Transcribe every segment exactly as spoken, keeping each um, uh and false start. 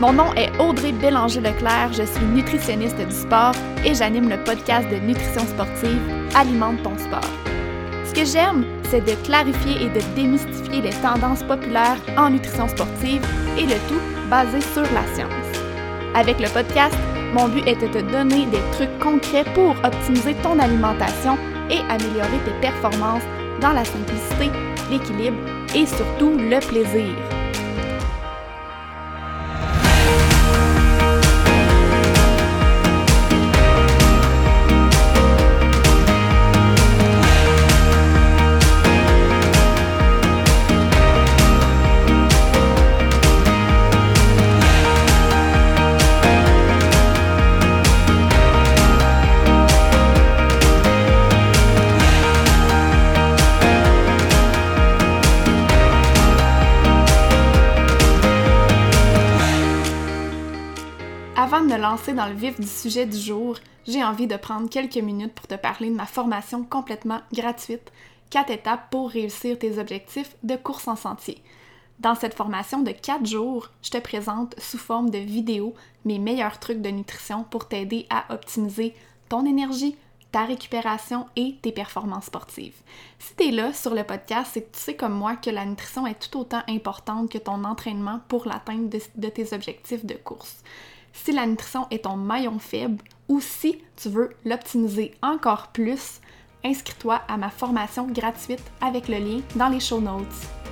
Mon nom est Audrey Bélanger-Leclerc, je suis nutritionniste du sport et j'anime le podcast de nutrition sportive Alimente ton sport. Ce que j'aime, c'est de clarifier et de démystifier les tendances populaires en nutrition sportive et le tout basé sur la science. Avec le podcast, mon but est de te donner des trucs concrets pour optimiser ton alimentation et améliorer tes performances dans la simplicité, l'équilibre et surtout le plaisir. Avant de me lancer dans le vif du sujet du jour, j'ai envie de prendre quelques minutes pour te parler de ma formation complètement gratuite, quatre étapes pour réussir tes objectifs de course en sentier. Dans cette formation de quatre jours, je te présente sous forme de vidéo mes meilleurs trucs de nutrition pour t'aider à optimiser ton énergie, ta récupération et tes performances sportives. Si tu es là sur le podcast, c'est que tu sais comme moi que la nutrition est tout autant importante que ton entraînement pour l'atteinte de, de tes objectifs de course. Si la nutrition est ton maillon faible ou si tu veux l'optimiser encore plus, inscris-toi à ma formation gratuite avec le lien dans les show notes.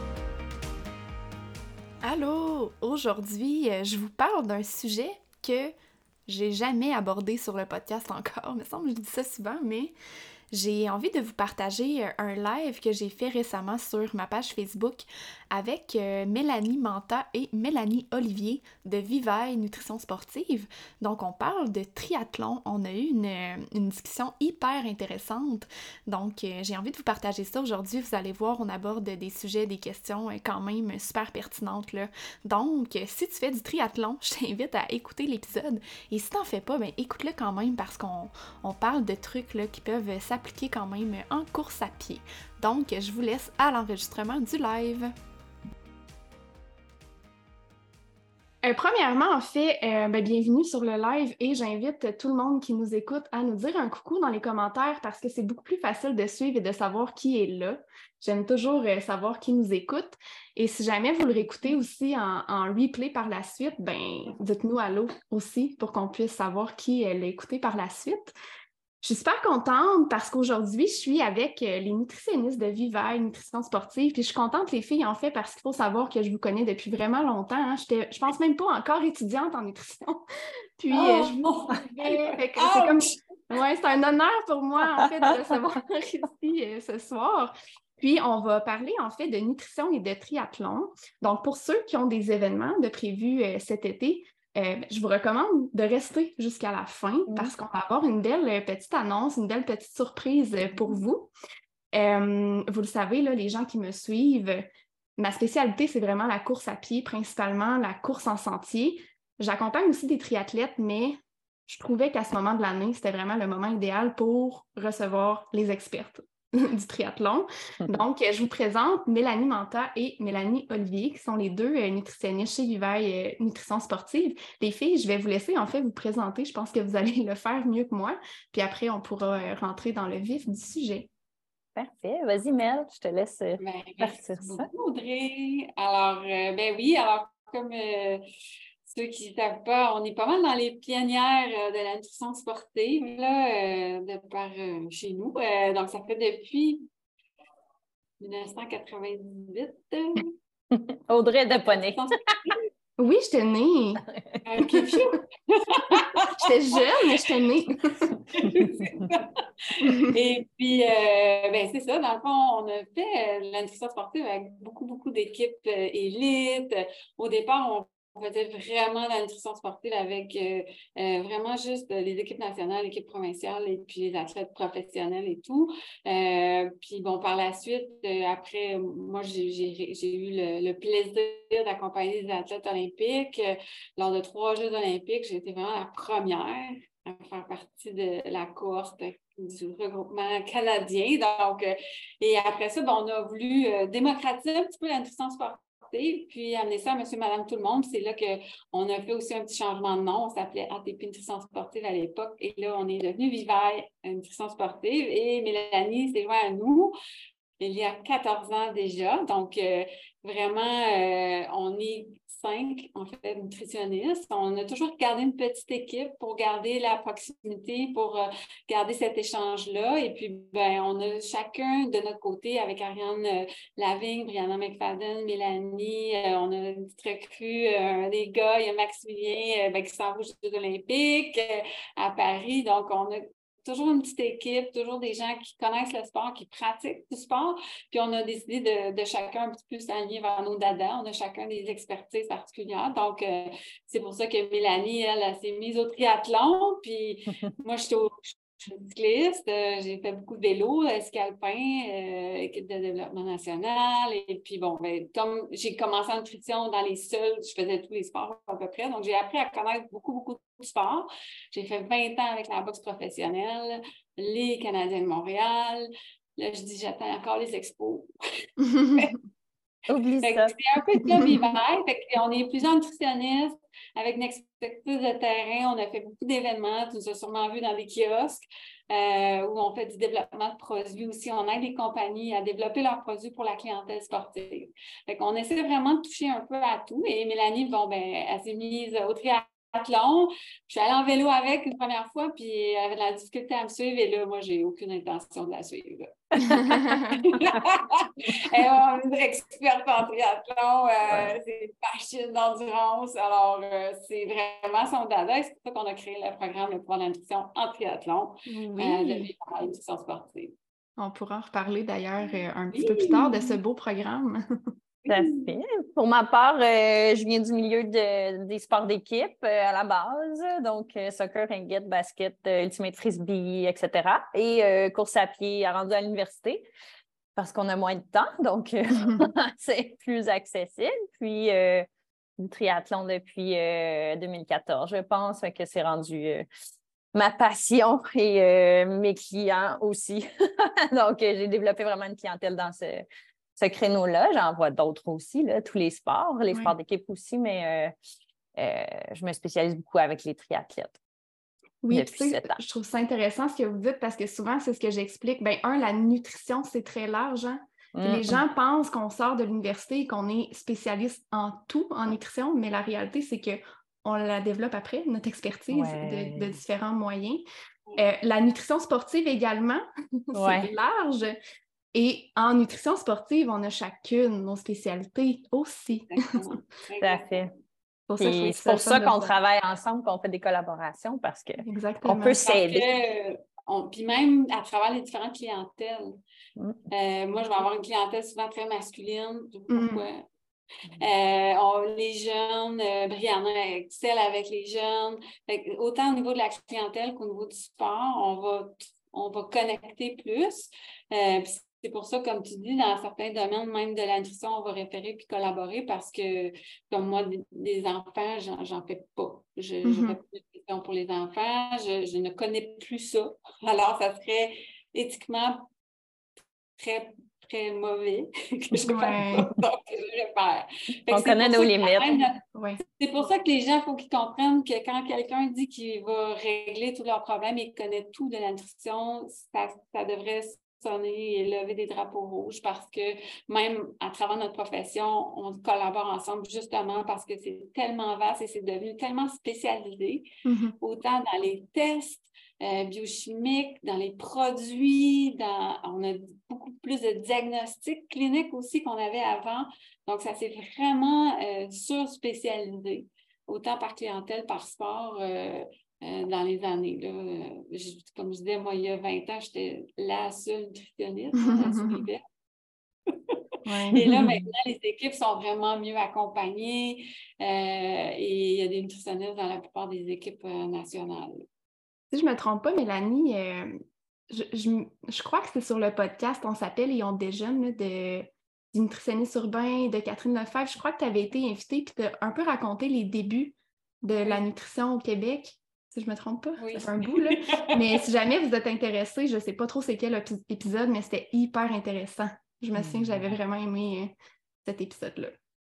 Allô! Aujourd'hui, je vous parle d'un sujet que j'ai jamais abordé sur le podcast encore. Il me semble que je dis ça souvent, mais j'ai envie de vous partager un live que j'ai fait récemment sur ma page Facebook avec Mélanie Manta et Mélanie Olivier de Vivaille Nutrition Sportive. Donc, on parle de triathlon. On a eu une, une discussion hyper intéressante. Donc, j'ai envie de vous partager ça aujourd'hui. Vous allez voir, on aborde des sujets, des questions quand même super pertinentes, là. Donc, si tu fais du triathlon, je t'invite à écouter l'épisode. Et si t'en fais pas, ben écoute-le quand même parce qu'on on parle de trucs là, qui peuvent s'appliquer quand même en course à pied. Donc, je vous laisse à l'enregistrement du live. Euh, premièrement, en fait, euh, ben, bienvenue sur le live et j'invite tout le monde qui nous écoute à nous dire un coucou dans les commentaires parce que c'est beaucoup plus facile de suivre et de savoir qui est là. J'aime toujours euh, savoir qui nous écoute. Et si jamais vous le réécoutez aussi en, en replay par la suite, ben dites-nous allô aussi pour qu'on puisse savoir qui euh, l'a écouté par la suite. Je suis super contente parce qu'aujourd'hui, je suis avec les nutritionnistes de Vivaille Nutrition Sportive. Puis je suis contente, les filles, en fait, parce qu'il faut savoir que je vous connais depuis vraiment longtemps. Hein. J'étais, je pense même pas encore étudiante en nutrition. Puis oh, euh, je vous suivais. Fait que c'est comme... Ouais, c'est un honneur pour moi, en fait, de recevoir ici euh, ce soir. Puis, on va parler, en fait, de nutrition et de triathlon. Donc, pour ceux qui ont des événements de prévus euh, cet été, Euh, je vous recommande de rester jusqu'à la fin mmh. parce qu'on va avoir une belle petite annonce, une belle petite surprise pour vous. Euh, vous le savez, là, les gens qui me suivent, ma spécialité, c'est vraiment la course à pied, principalement la course en sentier. J'accompagne aussi des triathlètes, mais je trouvais qu'à ce moment de l'année, c'était vraiment le moment idéal pour recevoir les expertes du triathlon. Donc, je vous présente Mélanie Manta et Mélanie Olivier, qui sont les deux euh, nutritionnistes chez Vivaille euh, Nutrition Sportive. Les filles, je vais vous laisser en fait vous présenter. Je pense que vous allez le faire mieux que moi. Puis après, on pourra euh, rentrer dans le vif du sujet. Parfait. Vas-y, Mel, je te laisse euh, ben, partir merci ça. beaucoup, Audrey. Alors, euh, ben oui, alors comme... Euh... Ceux qui ne savent pas, on est pas mal dans les pionnières euh, de la nutrition sportive là, euh, de par euh, chez nous. Euh, donc, ça fait depuis dix-neuf cent quatre-vingt-dix-huit. Audrey de Poney. Oui, j'étais née. Okay. J'étais jeune, mais j'étais née. Et puis, euh, ben, c'est ça. Dans le fond, on a fait euh, la nutrition sportive avec beaucoup, beaucoup d'équipes euh, élites. Au départ, on On faisait vraiment la nutrition sportive avec euh, euh, vraiment juste les équipes nationales, l'équipe provinciale et puis les athlètes professionnels et tout. Euh, puis bon, par la suite, euh, après, moi, j'ai, j'ai, j'ai eu le, le plaisir d'accompagner des athlètes olympiques. Euh, lors de trois Jeux olympiques, j'ai été vraiment la première à faire partie de la cohorte du regroupement canadien. Donc, euh, et après ça, ben, on a voulu euh, démocratiser un petit peu la nutrition sportive. Sportive, puis amener ça à Monsieur, Madame, tout le monde. C'est là qu'on a fait aussi un petit changement de nom. On s'appelait A T P Nutrition Sportive à l'époque. Et là, on est devenu Vivaille Nutrition Sportive. Et Mélanie s'est jointe à nous il y a quatorze ans déjà. Donc, euh, vraiment, euh, on est cinq, en fait, nutritionnistes. On a toujours gardé une petite équipe pour garder la proximité, pour euh, garder cet échange-là. Et puis, ben, on a chacun de notre côté, avec Ariane euh, Lavigne, Brianna McFadden, Mélanie, euh, on a une petite recrue, euh, des gars, il y a Maximilien euh, ben, qui s'en va aux Jeux olympiques euh, à Paris. Donc, on a toujours une petite équipe, toujours des gens qui connaissent le sport, qui pratiquent du sport. Puis on a décidé de, de chacun un petit peu s'aligner vers nos dadas. On a chacun des expertises particulières. Donc, euh, c'est pour ça que Mélanie, elle, elle s'est mise au triathlon. Puis moi, je suis au Je suis cycliste, euh, j'ai fait beaucoup de vélo, ski alpin, euh, équipe de développement national. Et puis, bon, ben, comme j'ai commencé en nutrition dans les sols, je faisais tous les sports à peu près. Donc, j'ai appris à connaître beaucoup, beaucoup de sports. J'ai fait vingt ans avec la boxe professionnelle, les Canadiens de Montréal. Là, je dis, j'attends encore les expos. Oublie Fait ça. que c'est un peu ça, Vivaille. Fait qu'on est plusieurs nutritionnistes avec une expertise de terrain. On a fait beaucoup d'événements. Tu nous as sûrement vu dans des kiosques euh, où on fait du développement de produits aussi. On aide les compagnies à développer leurs produits pour la clientèle sportive. Fait qu'on essaie vraiment de toucher un peu à tout. Et Mélanie, bon, ben, elle s'est mise au triathlon. Je suis allée en vélo avec une première fois, puis elle avait de la difficulté à me suivre. Et là, moi, j'ai aucune intention de la suivre. Elle est une experte en triathlon, euh, ouais. C'est une machine d'endurance. Alors, euh, c'est vraiment son dada. C'est pour ça qu'on a créé le programme Le pouvoir de la nutrition en triathlon oui. euh, de Vivre la nutrition sportive. On pourra en reparler d'ailleurs euh, un petit oui. peu plus tard de ce beau programme. Tout à fait. Pour ma part, euh, je viens du milieu de, des sports d'équipe euh, à la base, donc euh, soccer, ringuette, basket, euh, ultimate frisbee, et cetera. Et euh, course à pied à rendu à l'université parce qu'on a moins de temps, donc euh, c'est plus accessible. Puis euh, du triathlon depuis euh, deux mille quatorze, je pense que c'est rendu euh, ma passion et euh, mes clients aussi. Donc, euh, j'ai développé vraiment une clientèle dans ce ce créneau-là. J'en vois d'autres aussi, là, tous les sports, les oui. sports d'équipe aussi, mais euh, euh, je me spécialise beaucoup avec les triathlètes. Oui, tu sais, je trouve ça intéressant ce que vous dites parce que souvent, c'est ce que j'explique. Bien, un, la nutrition, c'est très large. Hein? Mm-hmm. Les gens pensent qu'on sort de l'université et qu'on est spécialiste en tout, en nutrition, mais la réalité, c'est qu'on la développe après, notre expertise ouais. de, de différents moyens. Euh, la nutrition sportive également, c'est ouais. large. Et en nutrition sportive, on a chacune nos spécialités aussi. Tout à fait. Pour ça, c'est pour ça qu'on travaille ensemble, qu'on fait des collaborations parce qu'on peut s'aider. Puis même à travers les différentes clientèles. Mm. Euh, moi, je vais avoir une clientèle souvent très masculine. Je sais pas pourquoi. Mm. Euh, on, les jeunes, euh, Brianna excelle avec les jeunes. Fait que, autant au niveau de la clientèle qu'au niveau du sport, on va, on va connecter plus. Euh, C'est pour ça, comme tu dis, dans certains domaines, même de la nutrition, on va référer puis collaborer parce que, comme moi, des, des enfants, j'en, j'en fais pas. Je ne mm-hmm. fais pas de nutrition pour les enfants. Je, je ne connais plus ça. Alors, ça serait éthiquement très, très mauvais que je ne fasse pas. Donc, je réfère. On connaît nos limites. Notre... Ouais. C'est pour ça que les gens, il faut qu'ils comprennent que quand quelqu'un dit qu'il va régler tous leurs problèmes et qu'il connaît tout de la nutrition, ça, ça devrait sonner et lever des drapeaux rouges parce que même à travers notre profession, on collabore ensemble justement parce que c'est tellement vaste et c'est devenu tellement spécialisé, mm-hmm. autant dans les tests euh, biochimiques, dans les produits, dans, on a beaucoup plus de diagnostics cliniques aussi qu'on avait avant. Donc, ça s'est vraiment euh, sur-spécialisé, autant par clientèle, par sport, euh, Euh, dans les années. Là, euh, je, comme je disais, moi, il y a vingt ans, j'étais la seule nutritionniste, la suivais. Ouais. Et là, maintenant, les équipes sont vraiment mieux accompagnées euh, et il y a des nutritionnistes dans la plupart des équipes euh, nationales. Si je ne me trompe pas, Mélanie, euh, je, je, je crois que c'est sur le podcast On s'appelle et on déjeune là, de, du nutritionniste urbain de Catherine Lefebvre. Je crois que tu avais été invitée et tu as un peu raconté les débuts de oui. la nutrition au Québec. Si je ne me trompe pas, oui. Ça fait un bout, là. Mais si jamais vous êtes intéressés, je ne sais pas trop c'est quel épisode, mais c'était hyper intéressant. Je me souviens que j'avais vraiment aimé euh, cet épisode-là.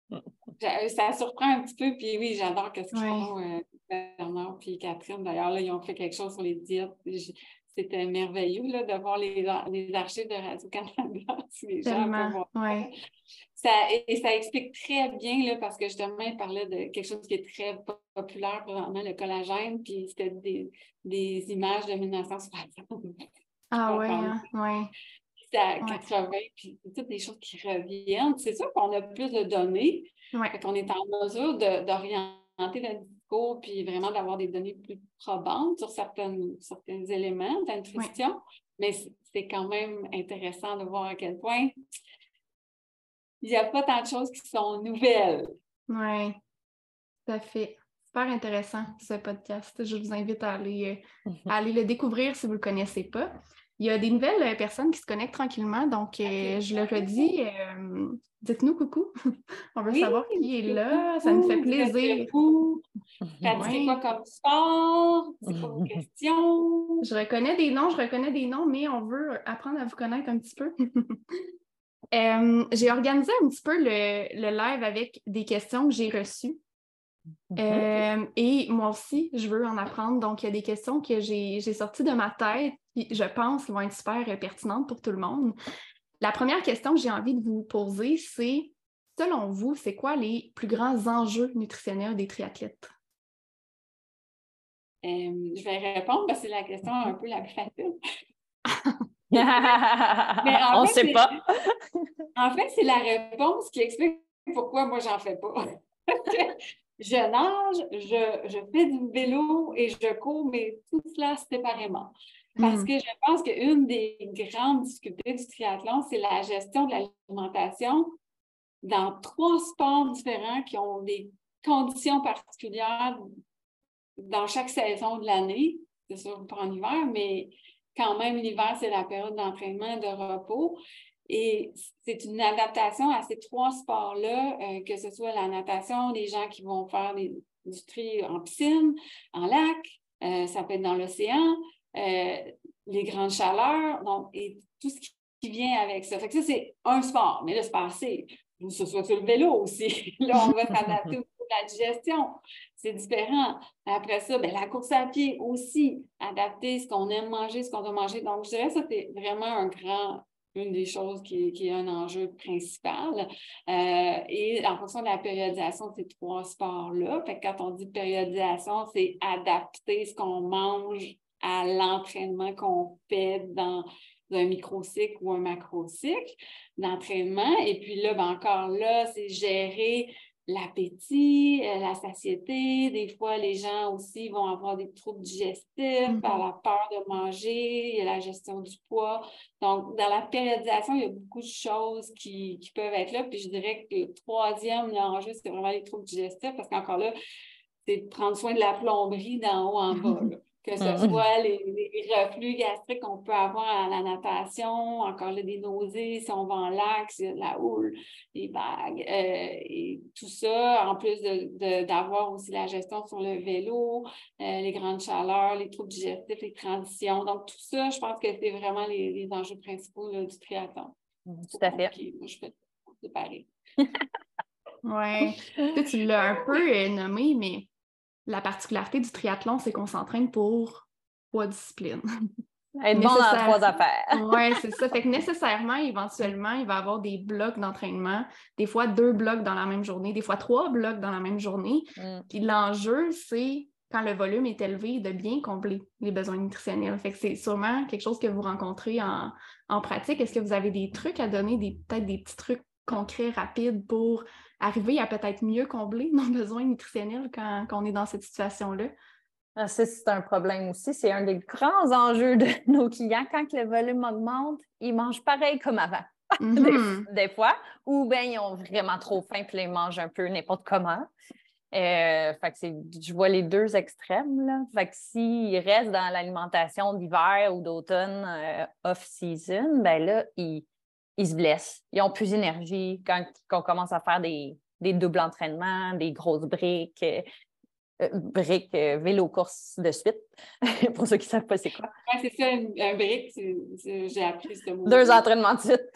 Ça surprend un petit peu, puis oui, j'adore ce qu'ils Ouais. font, euh, Bernard puis Catherine. D'ailleurs, là, ils ont fait quelque chose sur les diètes. C'était merveilleux là, de voir les, les archives de Radio-Canada, si les gens peuvent Tellement, voir. ouais. Ça, et ça explique très bien, là, parce que justement, il parlait de quelque chose qui est très populaire présentement, le collagène, puis c'était des, des images de mille neuf cent soixante. Ah ouais, hein? Ouais. C'est à quatre-vingts, puis c'est toutes des choses qui reviennent. C'est sûr qu'on a plus de données, Ouais. fait qu'on est en mesure de, d'orienter le discours, puis vraiment d'avoir des données plus probantes sur certaines, certains éléments de la nutrition. Ouais. Mais c'est quand même intéressant de voir à quel point il n'y a pas tant de choses qui sont nouvelles. Oui, tout à fait. Super intéressant, ce podcast. Je vous invite à aller, euh, à aller le découvrir si vous ne le connaissez pas. Il y a des nouvelles personnes qui se connectent tranquillement, donc euh, okay. je le redis, euh, dites-nous coucou. On veut oui, savoir qui est là, coucou, ça nous fait plaisir. Pratiquez ouais. quoi comme sport? C'est quoi vos questions? Je reconnais des noms, je reconnais des noms, mais on veut apprendre à vous connaître un petit peu. euh, j'ai organisé un petit peu le, le live avec des questions que j'ai reçues. Mm-hmm. Euh, et moi aussi, je veux en apprendre. Donc, il y a des questions que j'ai, j'ai sorties de ma tête et je pense qu'elles vont être super pertinentes pour tout le monde. La première question que j'ai envie de vous poser, c'est, selon vous, c'est quoi les plus grands enjeux nutritionnels des triathlètes? Euh, je vais répondre parce que c'est la question un peu la plus facile. Mais en On ne sait pas. En fait, c'est la réponse qui explique pourquoi moi, j'en fais pas. Je nage, je, je fais du vélo et je cours, mais tout cela séparément. Parce mm. que je pense qu'une des grandes difficultés du triathlon, c'est la gestion de l'alimentation dans trois sports différents qui ont des conditions particulières dans chaque saison de l'année. C'est sûr pour en hiver, mais quand même, l'hiver, c'est la période d'entraînement et de repos. Et c'est une adaptation à ces trois sports-là, euh, que ce soit la natation, les gens qui vont faire des, du tri en piscine, en lac, euh, ça peut être dans l'océan, euh, les grandes chaleurs, donc, et tout ce qui, qui vient avec ça. Fait que ça, c'est un sport, mais là, c'est pas assez. Que ce soit sur le vélo aussi. Là, on va s'adapter au niveau de la digestion. C'est différent. Après ça, bien, la course à pied aussi, adapter ce qu'on aime manger, ce qu'on doit manger. Donc, je dirais que ça, c'est vraiment un grand... une des choses qui est, qui est un enjeu principal. Euh, et en fonction de la périodisation de ces trois sports-là, fait que quand on dit périodisation, c'est adapter ce qu'on mange à l'entraînement qu'on fait dans un microcycle ou un macrocycle d'entraînement. Et puis là, ben encore là, c'est gérer l'appétit, euh, la satiété. Des fois, les gens aussi vont avoir des troubles digestifs, mm-hmm. par la peur de manger, il y a la gestion du poids. Donc, dans la périodisation, il y a beaucoup de choses qui, qui peuvent être là. Puis je dirais que le troisième l'enjeu, c'est vraiment les troubles digestifs, parce qu'encore là, c'est de prendre soin de la plomberie d'en haut en bas, là. Que ce soit les, les reflux gastriques qu'on peut avoir à la natation, encore là, des nausées, si on va en lac, s'il y a de la houle, les vagues, euh, et tout ça, en plus de, de, d'avoir aussi la gestion sur le vélo, euh, les grandes chaleurs, les troubles digestifs, les transitions. Donc, tout ça, je pense que c'est vraiment les, les enjeux principaux là, du triathlon. Tout à fait. Okay. Moi, je fais séparer. Oui. Tu, tu l'as un peu euh, nommé, mais la particularité du triathlon, c'est qu'on s'entraîne pour trois disciplines. Être bon dans trois affaires. Oui, c'est ça. Fait que nécessairement, éventuellement, il va y avoir des blocs d'entraînement, des fois deux blocs dans la même journée, des fois trois blocs dans la même journée. Mm. Puis l'enjeu, c'est, quand le volume est élevé, de bien combler les besoins nutritionnels. Fait que c'est sûrement quelque chose que vous rencontrez en, en pratique. Est-ce que vous avez des trucs à donner, des, peut-être des petits trucs concrets, rapides pour arriver à peut-être mieux combler nos besoins nutritionnels quand, quand on est dans cette situation-là? Ah, ça, c'est un problème aussi. C'est un des grands enjeux de nos clients. Quand le volume augmente, ils mangent pareil comme avant. Mm-hmm. des, des fois. Ou bien ils ont vraiment trop faim puis ils mangent un peu n'importe comment. Euh, fait que c'est, je vois les deux extrêmes, là. Fait que s'ils restent dans l'alimentation d'hiver ou d'automne euh, off-season, ben là, ils ils se blessent. Ils n'ont plus d'énergie quand, quand on commence à faire des, des doubles entraînements, des grosses briques. Euh, brick, euh, vélo course de suite, pour ceux qui ne savent pas c'est quoi. Oui, c'est ça, un, un brick, c'est, c'est, j'ai appris ce mot. Deux entraînements de suite.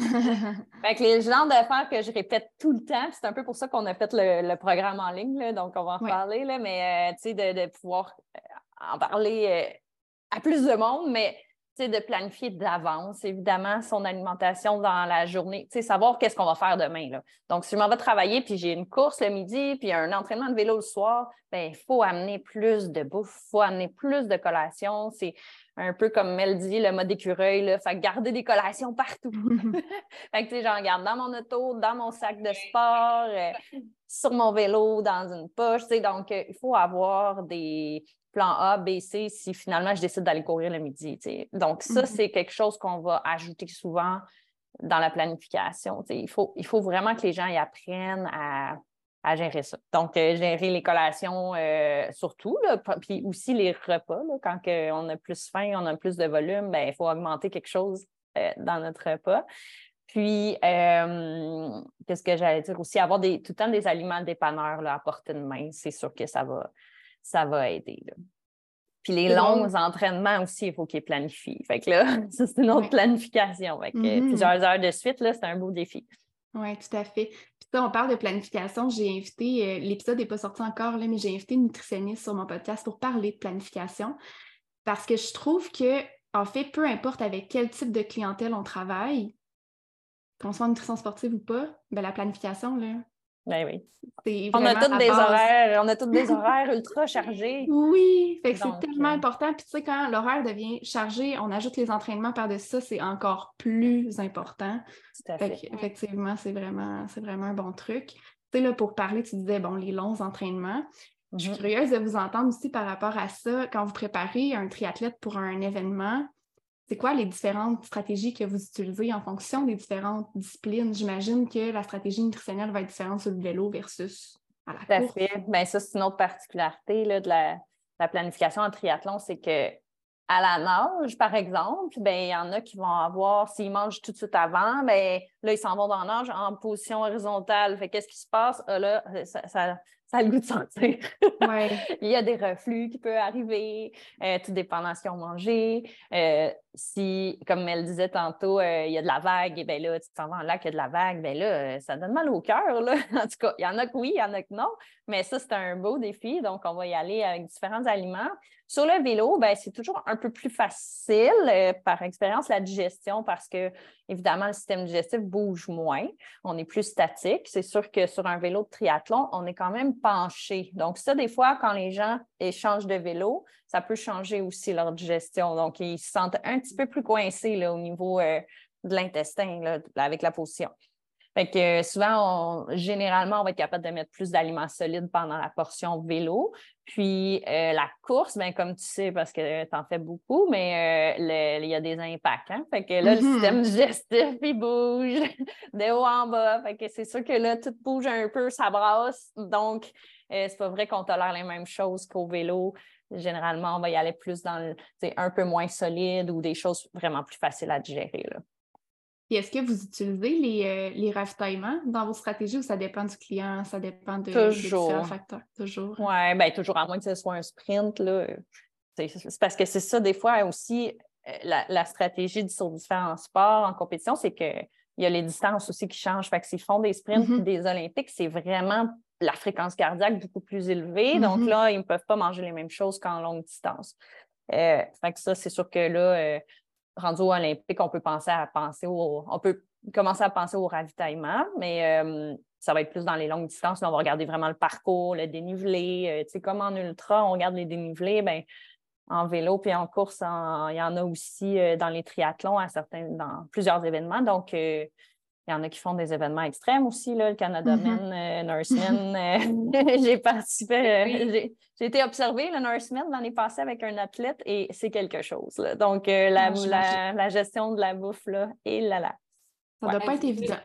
Fait que les genres d'affaires que je répète tout le temps, c'est un peu pour ça qu'on a fait le, le programme en ligne, là, donc on va en reparler, ouais. là, mais euh, tu sais, de, de pouvoir en parler euh, à plus de monde, mais tu sais, de planifier d'avance, évidemment, son alimentation dans la journée, tu sais, savoir qu'est-ce qu'on va faire demain, là. Donc, si je m'en vais travailler, puis j'ai une course le midi, puis un entraînement de vélo le soir, bien, il faut amener plus de bouffe, il faut amener plus de collations. C'est un peu comme Mel dit, le mode écureuil, là, fait garder des collations partout. Fait que, tu sais, j'en garde dans mon auto, dans mon sac de sport, euh, sur mon vélo, dans une poche, tu sais, donc, euh, il faut avoir des plan A, B, C, si finalement je décide d'aller courir le midi. T'sais. Donc, ça, mm-hmm. c'est quelque chose qu'on va ajouter souvent dans la planification. Il faut, il faut vraiment que les gens y apprennent à, à gérer ça. Donc, euh, gérer les collations euh, surtout, là, puis aussi les repas. Là, quand que on a plus faim, on a plus de volume, bien, il faut augmenter quelque chose euh, dans notre repas. Puis, euh, qu'est-ce que j'allais dire aussi? Avoir des, tout le temps des aliments dépanneurs là, à portée de main, c'est sûr que ça va... ça va aider. Là. Puis les c'est longs bon. entraînements aussi, il faut qu'ils planifient. Fait que là, ça, c'est une autre ouais. planification. Fait que mm-hmm. plusieurs heures de suite, là, c'est un beau défi. Oui, tout à fait. Puis ça, on parle de planification. J'ai invité, euh, l'épisode n'est pas sorti encore, là, mais j'ai invité une nutritionniste sur mon podcast pour parler de planification. Parce que je trouve que, en fait, peu importe avec quel type de clientèle on travaille, qu'on soit en nutrition sportive ou pas, ben la planification, là, ben oui. On a tous des base. horaires, on a tous des horaires ultra chargés. Oui, fait que Donc, c'est tellement euh... important. Puis tu sais, quand l'horaire devient chargé, on ajoute les entraînements par-dessus ça, c'est encore plus important. Tout à fait. fait. Que, effectivement, c'est vraiment, c'est vraiment un bon truc. Tu sais, là, pour parler, tu disais, bon, les longs entraînements. Mm-hmm. Je suis curieuse de vous entendre aussi par rapport à ça. Quand vous préparez un triathlète pour un événement, c'est quoi les différentes stratégies que vous utilisez en fonction des différentes disciplines? J'imagine que la stratégie nutritionnelle va être différente sur le vélo versus à la Tout à course. fait. Bien, ça, c'est une autre particularité là, de la, la planification en triathlon, c'est que à la nage, par exemple, bien, il y en a qui vont avoir, s'ils mangent tout de suite avant, bien, là, ils s'en vont dans la nage en position horizontale. Fait qu'est-ce qui se passe? Ah, là, ça, ça, ça a le goût de sentir. Ouais. Il y a des reflux qui peuvent arriver, euh, tout dépendant ce qu'ils ont mangé. Euh, si, comme elle disait tantôt, euh, il y a de la vague, et bien là, tu t'en vas en lac, il y a de la vague, bien là, euh, ça donne mal au cœur, là. En tout cas, il y en a que oui, il y en a que non, mais ça, c'est un beau défi, donc on va y aller avec différents aliments. Sur le vélo, bien, c'est toujours un peu plus facile, euh, par expérience, la digestion, parce que, évidemment, le système digestif bouge moins. On est plus statique. C'est sûr que sur un vélo de triathlon, on est quand même penché. Donc, ça, des fois, quand les gens échangent de vélo, ça peut changer aussi leur digestion. Donc, ils se sentent un petit peu plus coincés là, au niveau euh, de l'intestin là, avec la position. Fait que euh, souvent, on, généralement, on va être capable de mettre plus d'aliments solides pendant la portion vélo. Puis euh, la course, bien, comme tu sais, parce que tu en fais beaucoup, mais il y a des impacts. Hein? Fait que là, mm-hmm. le système digestif, il bouge de haut en bas. Fait que c'est sûr que là, tout bouge un peu, ça brasse. Donc, euh, c'est pas vrai qu'on tolère les mêmes choses qu'au vélo. Généralement, on va y aller plus dans le, un peu moins solide ou des choses vraiment plus faciles à digérer, là. Et est-ce que vous utilisez les, euh, les ravitaillements dans vos stratégies ou ça dépend du client, ça dépend de, de différents facteurs? Toujours. Oui, bien, toujours, à moins que ce soit un sprint, là. C'est, c'est parce que c'est ça, des fois aussi, la, la stratégie sur différents sports en compétition, c'est qu'il y a les distances aussi qui changent. Fait que s'ils font des sprints mm-hmm. et des Olympiques, c'est vraiment la fréquence cardiaque beaucoup plus élevée. Mm-hmm. Donc là, ils ne peuvent pas manger les mêmes choses qu'en longue distance. Euh, fait que ça, c'est sûr que là, euh, rendu aux Olympiques, on peut penser à penser au, on peut commencer à penser au ravitaillement, mais euh, ça va être plus dans les longues distances. Là, on va regarder vraiment le parcours, le dénivelé. Euh, tu sais, comme en ultra, on regarde les dénivelés, bien, en vélo puis en course, en, il y en a aussi euh, dans les triathlons, à certains, dans plusieurs événements. Donc, euh, il y en a qui font des événements extrêmes aussi, là, le Canada Men, mm-hmm. euh, Norseman. Euh, j'ai participé, euh, oui. j'ai, j'ai été observée le Norseman l'année passée avec un athlète et c'est quelque chose. Là. Donc, euh, la, non, la, la gestion de la bouffe, là, et là, là. Ça ne ouais. doit pas être évident.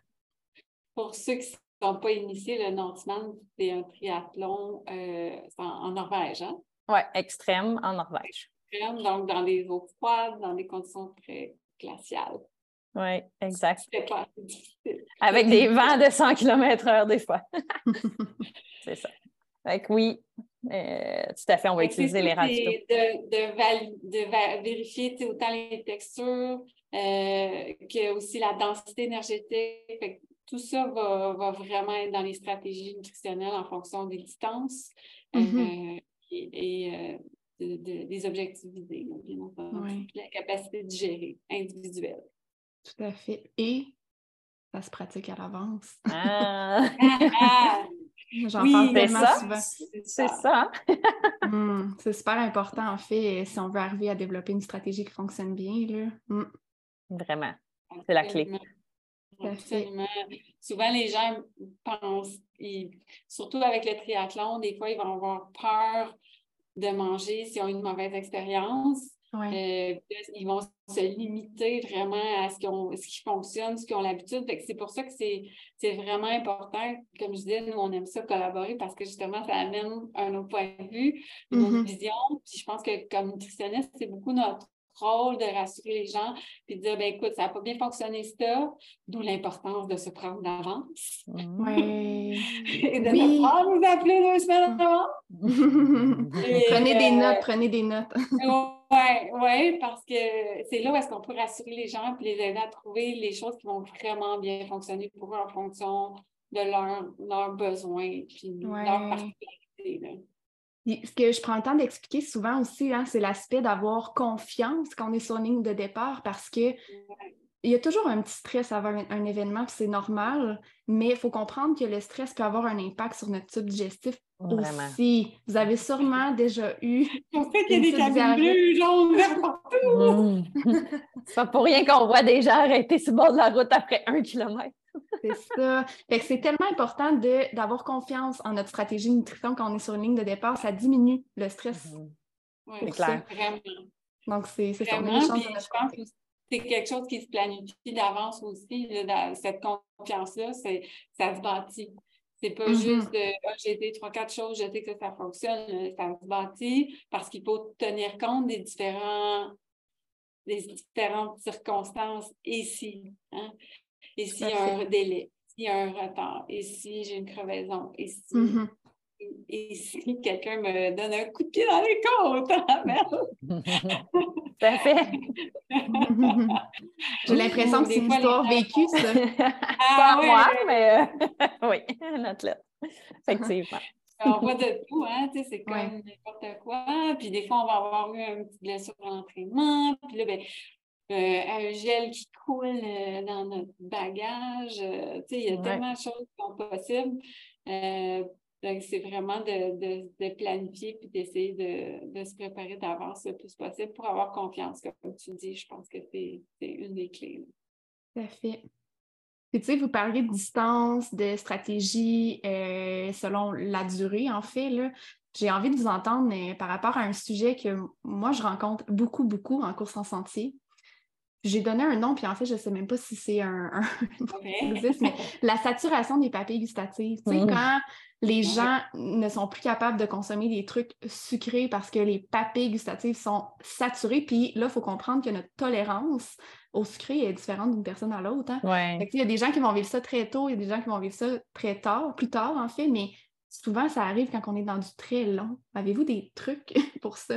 Pour ceux qui ne sont pas initiés, le Norseman, c'est un triathlon euh, en, en Norvège, hein? Oui, extrême en Norvège. Extrême, donc dans des eaux froides, dans des conditions très glaciales. Oui, exact. C'est pas assez difficile. Avec des vents de cent kilomètres heure des fois. C'est ça. Fait que oui, Euh, tout à fait, on va Fait que utiliser c'est les ça, ratios. c'est de, de, val- de va- vérifier tu sais, autant les textures euh, que aussi la densité énergétique. Fait que tout ça va, va vraiment être dans les stratégies nutritionnelles en fonction des distances euh, Mhm. et, et, euh, de- de- des objectifs visés, là, bien entendu, Ouais, puis la capacité de gérer individuelle. tout à fait. Et ça se pratique à l'avance. Ah, Ah, ah, J'en parle oui, c'est tellement ça, souvent. c'est c'est ça. ça. Hmm, c'est super important, en fait, si on veut arriver à développer une stratégie qui fonctionne bien, là. Hmm, Vraiment, c'est la clé. Absolument. tout à fait. Absolument. Souvent, les gens pensent, ils- surtout avec le triathlon, des fois, ils vont avoir peur de manger s'ils ont eu une mauvaise expérience. Ouais. Euh, puis là, ils vont se limiter vraiment à ce, qu'ils ont- ce qui fonctionne, ce qu'ils ont l'habitude. Fait que c'est pour ça que c'est, c'est vraiment important. Comme je disais, nous, on aime ça collaborer parce que justement, ça amène un autre point de vue, une autre Mhm. vision. Puis je pense que comme nutritionniste, c'est beaucoup notre rôle de rassurer les gens puis de dire, ben écoute, ça n'a pas bien fonctionné ça, d'où l'importance de se prendre d'avance Ouais. et de ne Oui. pas nous appeler deux semaines avant. Et, Prenez des euh, notes, prenez des notes. Oui, ouais, parce que c'est là où est-ce qu'on peut rassurer les gens et les aider à trouver les choses qui vont vraiment bien fonctionner pour eux en fonction de leurs leurs besoins puis leur Ouais. particularité. Là. Puis, ce que je prends le temps d'expliquer souvent aussi, hein, c'est l'aspect d'avoir confiance quand on est sur une ligne de départ parce que Ouais. il y a toujours un petit stress avant un, un événement, puis c'est normal, mais il faut comprendre que le stress peut avoir un impact sur notre tube digestif Vraiment. aussi. Vous avez sûrement déjà eu C'est pour ça qu'il y a une des petite cabines diarrhée. bleues, jaunes, vertes partout. Mm. C'est pas pour rien qu'on voit des gens arrêter sur le bord de la route après un kilomètre. C'est ça. Fait que c'est tellement important de, d'avoir confiance en notre stratégie de nutrition quand on est sur une ligne de départ. Ça diminue le stress Oui, pour C'est clair. ça. vraiment. Donc, c'est, c'est ça. On met les Vraiment, chances puis de notre je pense côté. que c'est quelque chose qui se planifie d'avance aussi. Là, dans cette confiance-là, c'est, ça se bâtit. C'est pas Mhm. juste de ah, j'ai été trois, quatre choses, je sais que ça fonctionne. Ça se bâtit parce qu'il faut tenir compte des différents des différentes circonstances ici. Hein? Et Tout s'il à y a fait. un délai, s'il y a un retard, et si j'ai une crevaison, et si, Mhm. et si quelqu'un me donne un coup de pied dans les côtes, ah, merde! Tout à fait. J'ai l'impression Ou que c'est des une fois, les histoire gens vécue, ça. Pas ah à moi, ouais, mais euh, oui, un athlète. Effectivement. on voit de tout, hein, tu sais, c'est Ouais. comme n'importe quoi. Puis des fois, on va avoir eu une petite blessure à l'entraînement. Puis là, ben, euh, un gel qui coule euh, dans notre bagage. Euh, tu sais, il y a Ouais. tellement de choses qui sont possibles. Euh, donc, c'est vraiment de, de, de planifier puis d'essayer de, de se préparer d'avance le plus possible pour avoir confiance. Comme tu dis, je pense que c'est c'est une des clés. Tout à fait. Puis, tu sais, vous parlez de distance, de stratégie euh, selon la durée, en fait, là. J'ai envie de vous entendre euh, par rapport à un sujet que moi, je rencontre beaucoup, beaucoup en course en sentier. J'ai donné un nom, puis en fait, je ne sais même pas si c'est un, un nom qui Okay. existe, mais la saturation des papilles gustatives. Tu sais, Mm. quand les Ouais. gens ne sont plus capables de consommer des trucs sucrés parce que les papilles gustatives sont saturées, puis là, il faut comprendre que notre tolérance au sucré est différente d'une personne à l'autre. Hein? Ouais. Fait que, tu sais, il y a des gens qui vont vivre ça très tôt, il y a des gens qui vont vivre ça très tard, plus tard en fait, mais souvent, ça arrive quand on est dans du très long. Avez-vous des trucs pour ça?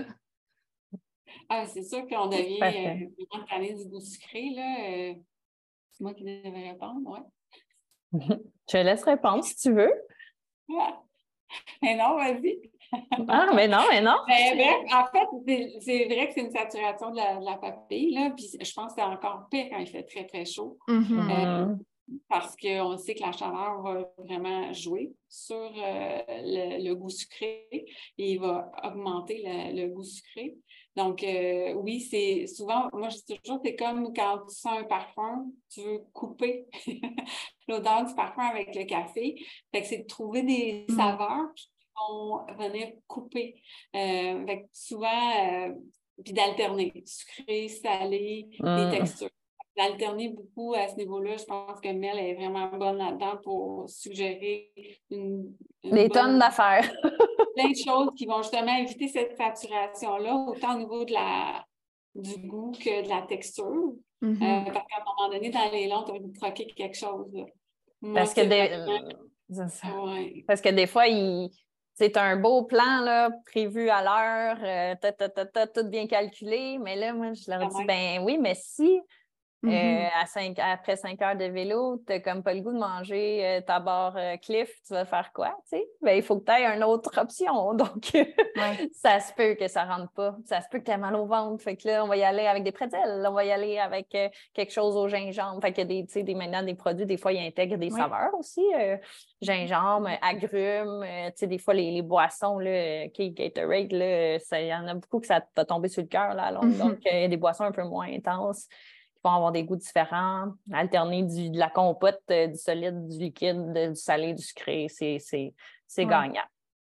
Ah, c'est sûr qu'on devient Parfait. euh, vraiment tanné du goût sucré, là. Euh, c'est moi qui devais répondre, ouais. Je te laisse répondre si tu veux. Ah. Mais non, vas-y. Ah, mais non, mais non. Ben, bref, en fait, c'est- c'est vrai que c'est une saturation de la, de la papille, là, puis je pense que c'est encore pire quand il fait très, très chaud. Mhm. Mhm. Parce qu'on sait que la chaleur va vraiment jouer sur euh, le, le goût sucré et il va augmenter le, le goût sucré. Donc, euh, oui, c'est souvent, moi je dis toujours, c'est comme quand tu sens un parfum, tu veux couper l'odeur du parfum avec le café. Fait que c'est de trouver des Mm. saveurs qui vont venir couper. Euh, fait que souvent, euh, puis d'alterner, sucré, salé, des Mm. textures. D'alterner beaucoup à ce niveau-là. Je pense que Mel est vraiment bonne là-dedans pour suggérer une, une Des bonne- tonnes d'affaires. plein de choses qui vont justement éviter cette saturation-là, autant au niveau de la, du goût que de la texture. Mhm. Euh, parce qu'à un moment donné, dans les longs, tu as croquer quelque chose. Là. Moi, Parce que c'est des... vraiment... c'est ça. Ouais. Parce que des fois, il... c'est un beau plan là, prévu à l'heure, euh, ta, ta, ta, ta, tout bien calculé. Mais là, moi, je leur dis, ben oui, mais si Mm-hmm. euh, à cinq, après cinq heures de vélo, tu n'as comme pas le goût de manger euh, ta barre euh, Cliff, tu vas faire quoi? Ben, il faut que tu aies une autre option. Donc, Ouais. ça se peut que ça ne rentre pas. Ça se peut que tu aies mal au ventre. Fait que là, on va y aller avec des pretzels. On va y aller avec euh, quelque chose au gingembre. Fait que des, tu sais, des, maintenant, des produits, des fois, ils intègrent des Ouais. saveurs aussi. Euh, gingembre, agrumes, euh, tu sais, des fois, les, les boissons, là, Gatorade, là, il y en a beaucoup que ça va tomber sur le cœur là, à longue. Mm-hmm. Donc, il y a des boissons un peu moins intenses qui vont avoir des goûts différents, alterner du, de la compote, euh, du solide, du liquide, de, du salé, du sucré, c'est, c'est, c'est Ouais. gagnant.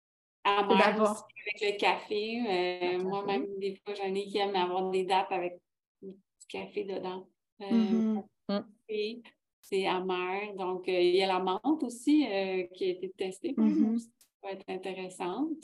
Amer aussi avec le café. Euh, le moi, café. même des fois, j'en ai qui aiment avoir des dates avec du café dedans. Euh, Mm-hmm. Et c'est amer. Donc, euh, il y a la menthe aussi euh, qui a été testée par nous. Mm-hmm. Ça peut être intéressante.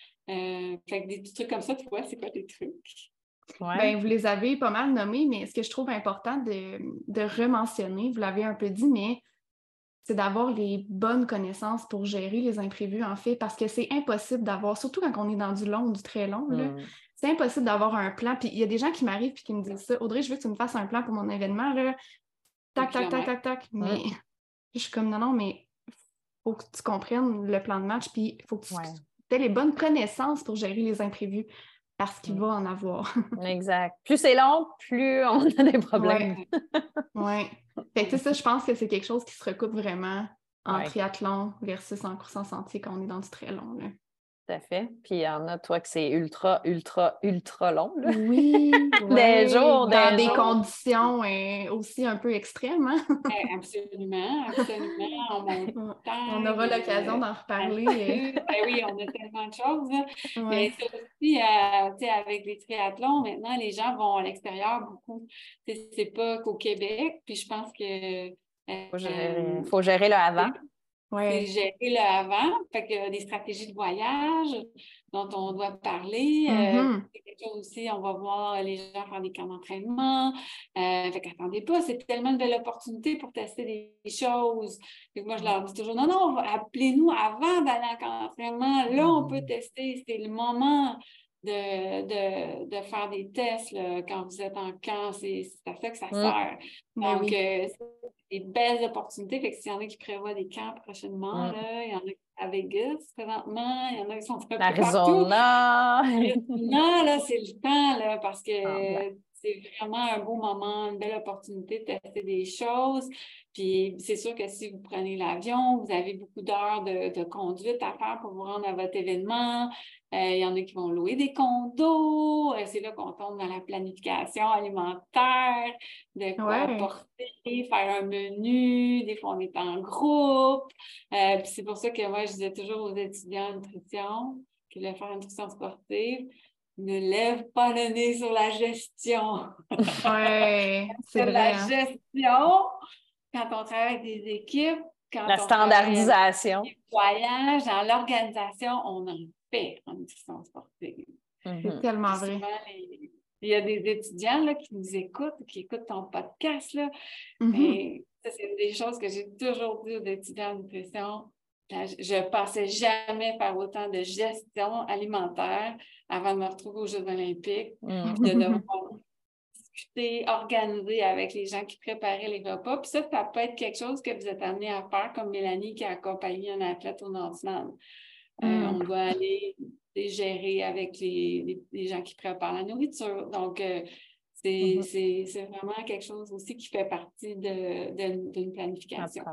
Euh, fait que des petits trucs comme ça, tu vois, c'est quoi tes trucs? Ouais. Ben, vous les avez pas mal nommés, mais ce que je trouve important de, de rementionner, vous l'avez un peu dit, mais c'est d'avoir les bonnes connaissances pour gérer les imprévus, en fait, parce que c'est impossible d'avoir, surtout quand on est dans du long ou du très long, là, Mm. c'est impossible d'avoir un plan. Puis il y a des gens qui m'arrivent et qui me disent ça. Audrey, je veux que tu me fasses un plan pour mon événement, là. Tac, tac, tac, tac, tac. Mais Mm. je suis comme, non, non, mais faut que tu comprennes le plan de match, puis il faut que tu Ouais. aies les bonnes connaissances pour gérer les imprévus, parce qu'il Mm. va en avoir. Exact. Plus c'est long, plus on a des problèmes. Ouais. Ouais. Fait que ça, je pense que c'est quelque chose qui se recoupe vraiment en Ouais. triathlon versus en course en sentier quand on est dans du très long, là. Tout à fait. Puis il y en a, toi, que c'est ultra, ultra, ultra long. Là. Oui, des ouais, jours, dans des des jours. conditions euh, aussi un peu extrêmes, hein? Absolument, absolument. En montagne. On aura l'occasion d'en reparler. Ben oui, on a tellement de choses. Hein. Ouais. Mais ça aussi, euh, tu sais, avec les triathlons, maintenant, les gens vont à l'extérieur beaucoup. C'est, c'est pas qu'au Québec. Puis je pense que euh, Faut gérer, faut gérer le avant. Ouais. c'est gérer le avant. Fait que des stratégies de voyage dont on doit parler. Mm-hmm. Euh, c'est quelque chose aussi, on va voir les gens faire des camps d'entraînement. Euh, fait qu'attendez pas, c'est tellement une belle opportunité pour tester des, des choses. Fait que moi, je leur dis toujours, non, non, appelez-nous avant d'aller en camp d'entraînement. Là, on peut tester. C'est le moment de, de, de faire des tests là, quand vous êtes en camp. C'est, c'est à ça que ça Mm. sert. Ben Donc, oui. euh, c'est des belles opportunités. Fait que s'il y en a qui prévoient des camps prochainement, Mm. là, il y en a à Vegas présentement, il y en a qui sont un peu partout. Arizona. Arizona, là, c'est le temps, là, parce que Ah, ben. c'est vraiment un beau moment, une belle opportunité de tester des choses. Puis c'est sûr que si vous prenez l'avion, vous avez beaucoup d'heures de, de conduite à faire pour vous rendre à votre événement. Euh, il y en a qui vont louer des condos. Euh, c'est là qu'on tombe dans la planification alimentaire, de quoi Ouais. apporter, faire un menu. Des fois, on est en groupe. Euh, puis c'est pour ça que moi, je disais toujours aux étudiants en nutrition qui voulaient faire une nutrition sportive, ne lève pas le nez sur la gestion. Ouais, c'est Sur vrai. la Hein? gestion, quand on travaille avec des équipes, quand La on travaille avec standardisation. des voyages, dans l'organisation, on en fait en nutrition sportive. C'est Mm-hmm. tellement Puis vrai. souvent, les- il y a des étudiants là, qui nous écoutent, qui écoutent ton podcast. Là. Mm-hmm. Mais ça, c'est une des choses que j'ai toujours dit aux étudiants en nutrition. Je ne passais jamais par autant de gestion alimentaire avant de me retrouver aux Jeux olympiques, Mm. puis de devoir discuter, organiser avec les gens qui préparaient les repas. Puis ça, ça peut être quelque chose que vous êtes amené à faire, comme Mélanie qui a accompagné un athlète au Norseman. Euh, Mm. on doit aller les gérer avec les, les, les gens qui préparent la nourriture. Donc, euh, c'est, Mm-hmm. c'est, c'est vraiment quelque chose aussi qui fait partie de, de, d'une planification.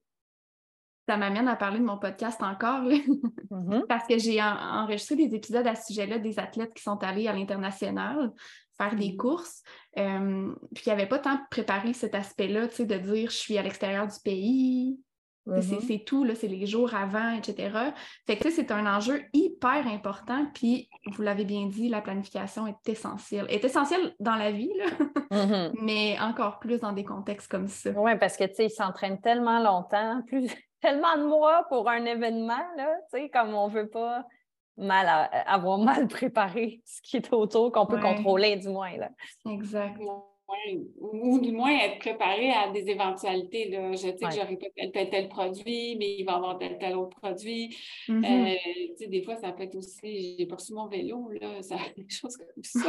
Ça m'amène à parler de mon podcast encore, là. Mm-hmm. Parce que j'ai en- enregistré des épisodes à ce sujet-là des athlètes qui sont allés à l'international faire des Mm-hmm. courses, euh, puis qui n'avaient pas tant préparé cet aspect-là, tu sais, de dire je suis à l'extérieur du pays, mm-hmm. c'est, c'est tout, là, c'est les jours avant, et cetera. Fait que tu sais, c'est un enjeu hyper important, puis vous l'avez bien dit, la planification est essentielle. Elle est essentielle dans la vie, là, Mm-hmm. mais encore plus dans des contextes comme ça. Oui, parce que tu sais, ils s'entraînent tellement longtemps, plus tellement de mois pour un événement, là, tu sais, comme on veut pas mal à, avoir mal préparé ce qui est autour, qu'on peut Ouais. contrôler du moins, là. Exact. Ouais, ou, ou du moins être préparé à des éventualités. Là. Je sais que Ouais. j'aurai pas tel, tel, tel produit, mais il va y avoir tel, tel autre produit. Mhm. Euh, tu sais, des fois, ça peut être aussi, j'ai pas reçu mon vélo, là, ça, des choses comme ça.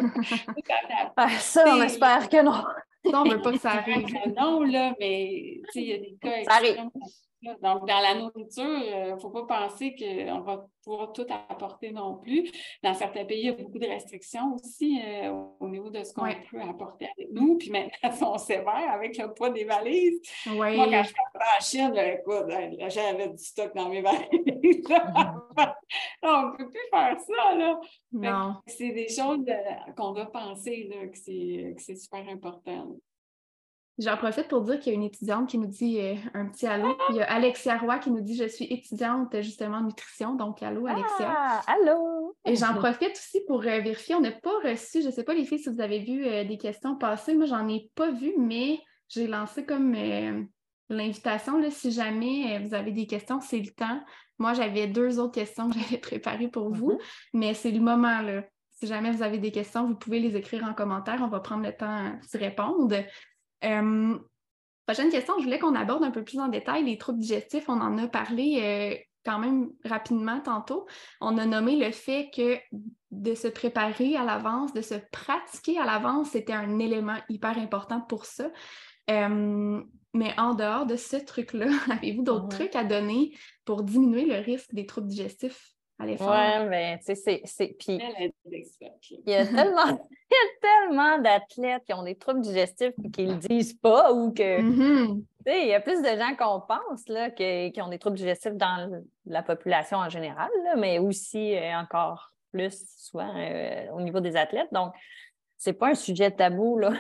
Ah, ça, on espère que non. Ça, on veut pas que ça arrive. Non, là, mais tu sais, il y a des cas Ça arrive. extrêmes. Donc, dans la nourriture, il ne faut pas penser qu'on va pouvoir tout apporter non plus. Dans certains pays, il y a beaucoup de restrictions aussi euh, au niveau de ce qu'on Ouais. peut apporter avec nous. Puis maintenant, ils sont sévères avec le poids des valises. Ouais. Moi, quand je partais en Chine, là, écoute, là, j'avais du stock dans mes valises. Là. On ne peut plus faire ça. Là. Non. C'est des choses euh, qu'on doit penser là, que c'est que c'est super important. J'en profite pour dire qu'il y a une étudiante qui nous dit euh, un petit allô. Il y a Alexia Roy qui nous dit « Je suis étudiante justement en nutrition », donc allô Alexia. Ah, allô! Et j'en profite aussi pour euh, vérifier, on n'a pas reçu, je ne sais pas les filles si vous avez vu euh, des questions passer, moi j'en ai pas vu, mais j'ai lancé comme euh, l'invitation, là, si jamais euh, vous avez des questions, c'est le temps. Moi j'avais deux autres questions que j'avais préparées pour vous, Mm-hmm. mais c'est le moment là. Si jamais vous avez des questions, vous pouvez les écrire en commentaire, on va prendre le temps d'y répondre. Euh, prochaine question, je voulais qu'on aborde un peu plus en détail les troubles digestifs. On en a parlé euh, quand même rapidement tantôt. On a nommé le fait que de se préparer à l'avance, de se pratiquer à l'avance, c'était un élément hyper important pour ça. Euh, mais en dehors de ce truc-là, avez-vous d'autres Mm-hmm. trucs à donner pour diminuer le risque des troubles digestifs à l'effort? Oui, mais tu sais, c'est, c'est... Puis, Elle est experte. il y a tellement, il y a tellement d'athlètes qui ont des troubles digestifs et qui ne le disent pas ou que... Mm-hmm. Tu sais, il y a plus de gens qu'on pense là, que, qui ont des troubles digestifs dans la population en général, là, mais aussi euh, encore plus souvent euh, au niveau des athlètes. Donc, c'est pas un sujet tabou, là.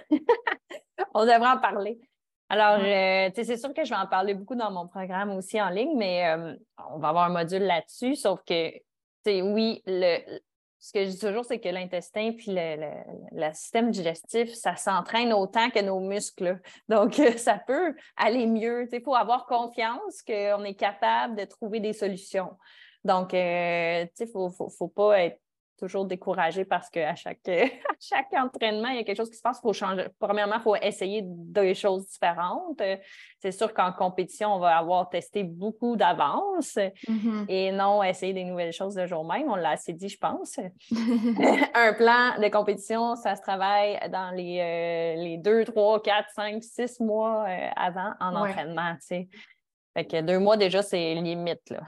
On devrait en parler. Alors, euh, tu sais, c'est sûr que je vais en parler beaucoup dans mon programme aussi en ligne, mais euh, on va avoir un module là-dessus, sauf que, tu sais, oui, le, ce que je dis toujours, c'est que l'intestin puis le, le, le système digestif, ça s'entraîne autant que nos muscles. Donc, euh, ça peut aller mieux. Il faut avoir confiance qu'on est capable de trouver des solutions. Donc, euh, il ne faut, faut, faut pas être toujours découragé parce qu'à chaque, à chaque entraînement, il y a quelque chose qui se passe. Il faut changer. Premièrement, il faut essayer des choses différentes. C'est sûr qu'en compétition, on va avoir testé beaucoup d'avance Mm-hmm. et non essayer des nouvelles choses le jour même. On l'a assez dit, je pense. Un plan de compétition, ça se travaille dans les, euh, les deux, trois, quatre, cinq, six mois euh, avant en Ouais. entraînement, tu sais. Fait que deux mois, déjà, c'est limite, là.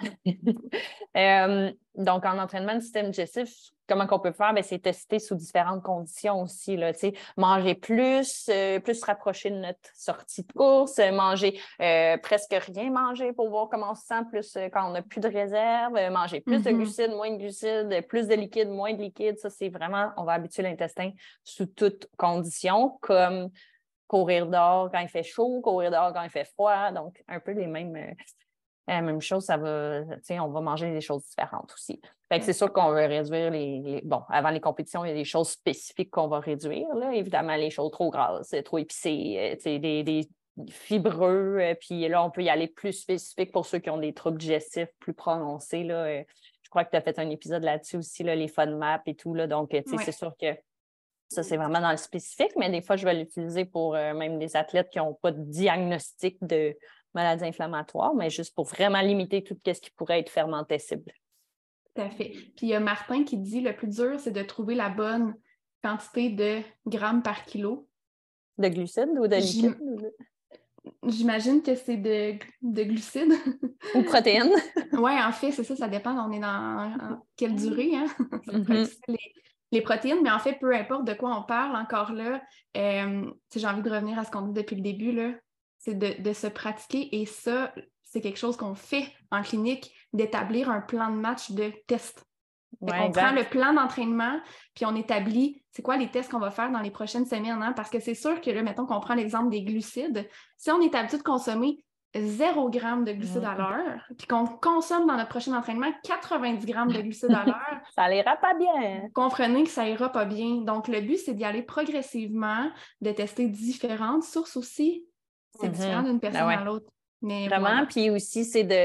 euh, donc, en entraînement de système digestif, comment qu'on peut faire? Bien, c'est tester sous différentes conditions aussi, là. Tu sais, manger plus, euh, plus se rapprocher de notre sortie de course, manger euh, presque rien manger pour voir comment on se sent, plus euh, quand on n'a plus de réserve, euh, manger plus Mm-hmm. de glucides, moins de glucides, plus de liquide, moins de liquide. Ça, c'est vraiment, on va habituer l'intestin sous toutes conditions, comme courir dehors quand il fait chaud, courir dehors quand il fait froid. Donc, un peu les mêmes, euh, la même chose, ça va, tu sais, on va manger des choses différentes aussi. Fait que c'est sûr qu'on veut réduire les, les... Bon, avant les compétitions, il y a des choses spécifiques qu'on va réduire, là. Évidemment, les choses trop grasses, trop épicées, euh, tu sais, des, des fibreux. Euh, puis là, on peut y aller plus spécifique pour ceux qui ont des troubles digestifs plus prononcés, là. Euh, je crois que tu as fait un épisode là-dessus aussi, là, les FODMAP et tout, là. Donc, tu sais, Ouais. c'est sûr que ça, c'est vraiment dans le spécifique, mais des fois, je vais l'utiliser pour euh, même des athlètes qui n'ont pas de diagnostic de maladie inflammatoire, mais juste pour vraiment limiter tout ce qui pourrait être fermentescible. Tout à fait. Puis il y a Martin qui dit le plus dur, c'est de trouver la bonne quantité de grammes par kilo. De glucides ou de liquide? J'imagine que c'est de, de glucides. Ou protéines. Oui, en fait, c'est ça, ça dépend. On est dans en quelle durée, hein? Mm-hmm. les, les protéines, mais en fait, peu importe de quoi on parle, encore là, euh, j'ai envie de revenir à ce qu'on dit depuis le début, là, c'est de, de se pratiquer et ça, c'est quelque chose qu'on fait en clinique, d'établir un plan de match de test. Ouais, on exact. prend le plan d'entraînement, puis on établit c'est quoi les tests qu'on va faire dans les prochaines semaines, hein? Parce que c'est sûr que là, mettons qu'on prend l'exemple des glucides, si on est habitué de consommer zéro gramme de glucides mmh. à l'heure, puis qu'on consomme dans notre prochain entraînement quatre-vingt-dix grammes de glucides à l'heure, ça n'ira pas bien. Vous comprenez que ça ira pas bien. Donc, le but, c'est d'y aller progressivement, de tester différentes sources aussi. C'est mmh. différent d'une personne ben ouais. à l'autre. Mais vraiment, voilà. Puis aussi, c'est de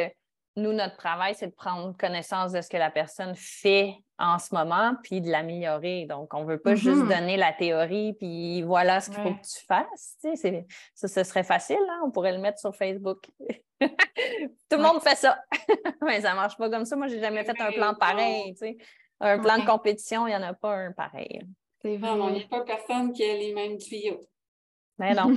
nous, notre travail, c'est de prendre connaissance de ce que la personne fait en ce moment, puis de l'améliorer. Donc, on ne veut pas Mm-hmm. juste donner la théorie, puis voilà ce qu'il Ouais. faut que tu fasses. Tu sais, c'est, ça, ce serait facile, hein? On pourrait le mettre sur Facebook. Tout le Ouais. monde fait ça. Mais ça ne marche pas comme ça. Moi, je n'ai jamais fait un plan pareil. Tu sais. Un plan Ouais. de compétition, il n'y en a pas un pareil. C'est vrai. Non, non, il n'y a pas personne qui a les mêmes tuyaux. Mais non.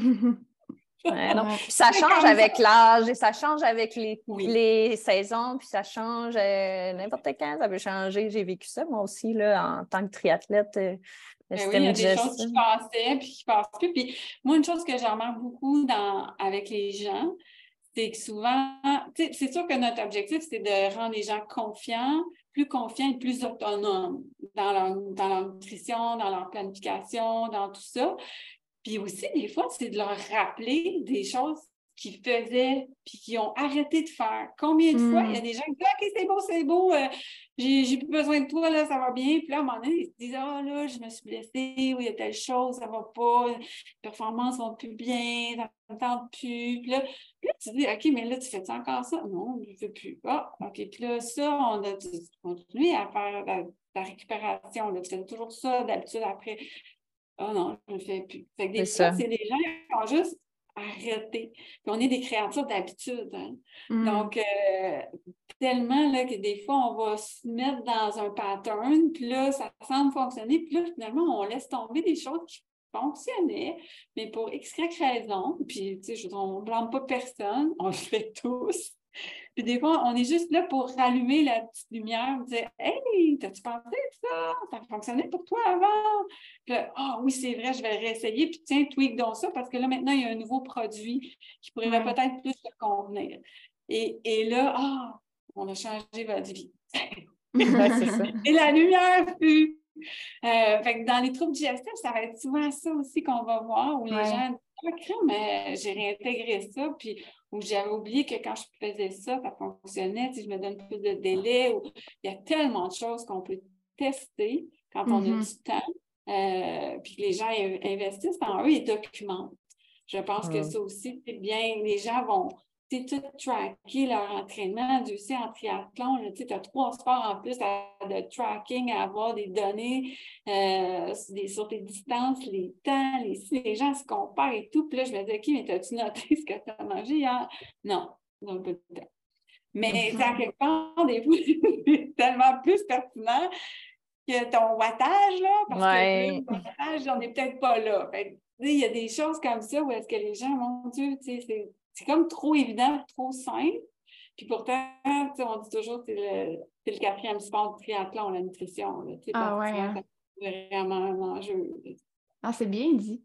Ouais, non. Ouais. Puis ça C'est change comme avec ça. l'âge et ça change avec les, Oui. les saisons, puis ça change euh, n'importe quand, ça peut changer. J'ai vécu ça, moi aussi, là, en tant que triathlète. Euh, le Ben oui, système il y a des digestif. choses qui passaient puis qui passent plus. Puis moi, une chose que je remarque beaucoup dans, avec les gens, c'est que souvent, tu sais, c'est sûr que notre objectif, c'est de rendre les gens confiants, plus confiants et plus autonomes dans leur, dans leur nutrition, dans leur planification, dans tout ça. Puis aussi, des fois, c'est de leur rappeler des choses qu'ils faisaient puis qu'ils ont arrêté de faire. Combien de Mm. fois il y a des gens qui disent « OK, c'est beau, c'est beau, euh, j'ai, j'ai plus besoin de toi, là, ça va bien. » Puis là, à un moment donné, ils se disent « Ah, oh, là, je me suis blessée, ou il y a telle chose, ça va pas, les performances vont plus bien, ça ne me tente plus. » Puis là, puis là, tu te dis « OK, mais là, tu fais ça encore ça? » Non, je ne fais plus. Ah, OK. Puis là, ça, on a continué à faire la, la récupération. Là. Tu fais toujours ça d'habitude après. Ah oh non, je ne le fais plus. Fait que des C'est fois, ça. c'est des gens qui ont juste arrêté. Puis on est des créatures d'habitude. Hein? Mm. Donc, euh, tellement là, que des fois, on va se mettre dans un pattern, puis là, ça semble fonctionner, puis là, finalement, on laisse tomber des choses qui fonctionnaient, mais pour X, Y raison. Puis, tu sais, je on ne blâme pas personne, on le fait tous. Puis des fois, on est juste là pour rallumer la petite lumière, dire « Hey, t'as-tu pensé de ça? Ça a fonctionné pour toi avant? » Puis là, « Ah oui, c'est vrai, je vais le réessayer. Puis tiens, tweak donc ça parce que là, maintenant, il y a un nouveau produit qui pourrait Ouais. peut-être plus te convenir. » Et, et là, ah, on a changé votre vie. Ouais, c'est ça. Et la lumière fut. Euh, fait que dans les troubles digestifs, ça va être souvent ça aussi qu'on va voir où les Ouais. gens disent « Ah, crème, mais j'ai réintégré ça. » Puis où j'avais oublié que quand je faisais ça, ça fonctionnait, si je me donne plus de délai. Ou... Il y a tellement de choses qu'on peut tester quand on a Mm-hmm. du temps, euh, puis que les gens investissent en eux et documentent. Je pense que Mm. ça aussi, c'est bien. Les gens vont tout tracker leur entraînement. Tu sais, en triathlon, tu as trois sports en plus à, de tracking, à avoir des données euh, des, sur tes distances, les temps, les, les gens se comparent et tout. Puis là, je me dis, OK, mais as-tu noté ce que tu as mangé hier? Non, non, pas de temps. Mais Mm-hmm. à quelque part, des fois, c'est tellement plus pertinent que ton wattage, là, parce Ouais. que là, le wattage, on n'est peut-être pas là. Fait, il y a des choses comme ça où est-ce que les gens, mon Dieu, tu sais, c'est c'est comme trop évident, trop simple. Puis pourtant, on dit toujours que c'est le, c'est le quatrième sport du triathlon, la nutrition. Là, Ah parce ouais, que souvent, hein? c'est vraiment un enjeu. Ah, c'est bien dit.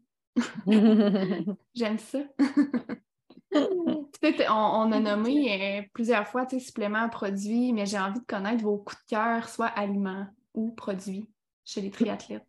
J'aime ça. Peut-être on, on a nommé euh, plusieurs fois, tu sais, suppléments, produits, mais j'ai envie de connaître vos coups de cœur, soit aliments ou produits chez les triathlètes.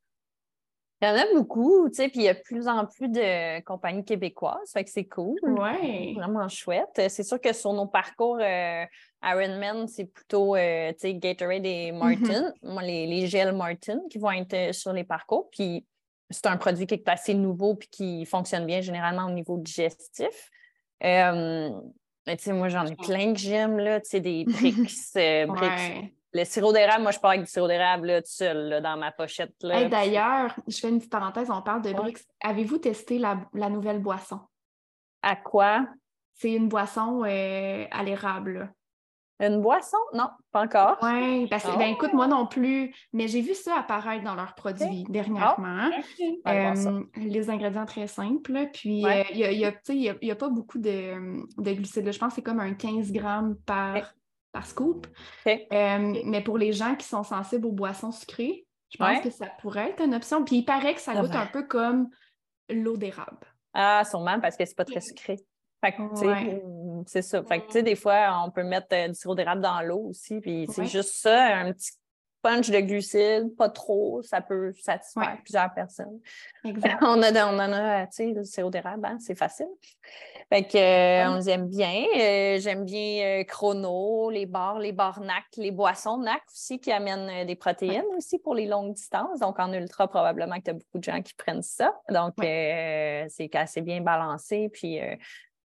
Il y en a beaucoup, tu sais, puis il y a de plus en plus de compagnies québécoises, fait que c'est cool. Ouais. Vraiment chouette. C'est sûr que sur nos parcours euh, Ironman, c'est plutôt, euh, tu sais, Gatorade et Martin, mm-hmm. les, les gels Martin qui vont être euh, sur les parcours. Puis c'est un produit qui est assez nouveau puis qui fonctionne bien généralement au niveau digestif. Euh, tu sais, moi, j'en ai plein que j'aime, là, tu sais, des Brix, euh, Brix. Ouais. Le sirop d'érable, moi, je pars avec du sirop d'érable là, tout seul là, dans ma pochette. Là. Hey, d'ailleurs, je fais une petite parenthèse, on parle de Ouais. Brix. Avez-vous testé la, la nouvelle boisson? À quoi? C'est une boisson euh, à l'érable. Une boisson? Non, pas encore. Oui, parce que, oh. ben écoute, moi non plus, mais j'ai vu ça apparaître dans leurs produits okay. dernièrement. Okay. Euh, les ingrédients très simples. Puis, il ouais. euh, y a, y a, y a, y a pas beaucoup de, de glucides. Je pense que c'est comme un quinze grammes par... Okay. par scoop. Okay. Euh, mais pour les gens qui sont sensibles aux boissons sucrées, je pense ouais. que ça pourrait être une option. Puis il paraît que ça goûte un peu comme l'eau d'érable. Ah, sûrement, parce que c'est pas très sucré. Fait que, tu sais, ouais. c'est ça. Fait que, tu sais, des fois, on peut mettre euh, du sirop d'érable dans l'eau aussi, puis c'est ouais. juste ça, un petit punch de glucides, pas trop, ça peut satisfaire ouais. plusieurs personnes. Exact. on, a, on en a, tu sais, le sirop d'érable, hein, c'est facile. Fait que, euh, on les aime bien. Euh, j'aime bien euh, Chrono, les bars, les bars N A C, les boissons N A C aussi qui amènent euh, des protéines ouais. aussi pour les longues distances. Donc, en ultra, probablement que tu as beaucoup de gens qui prennent ça. Donc, ouais. euh, c'est assez bien balancé. Puis, euh,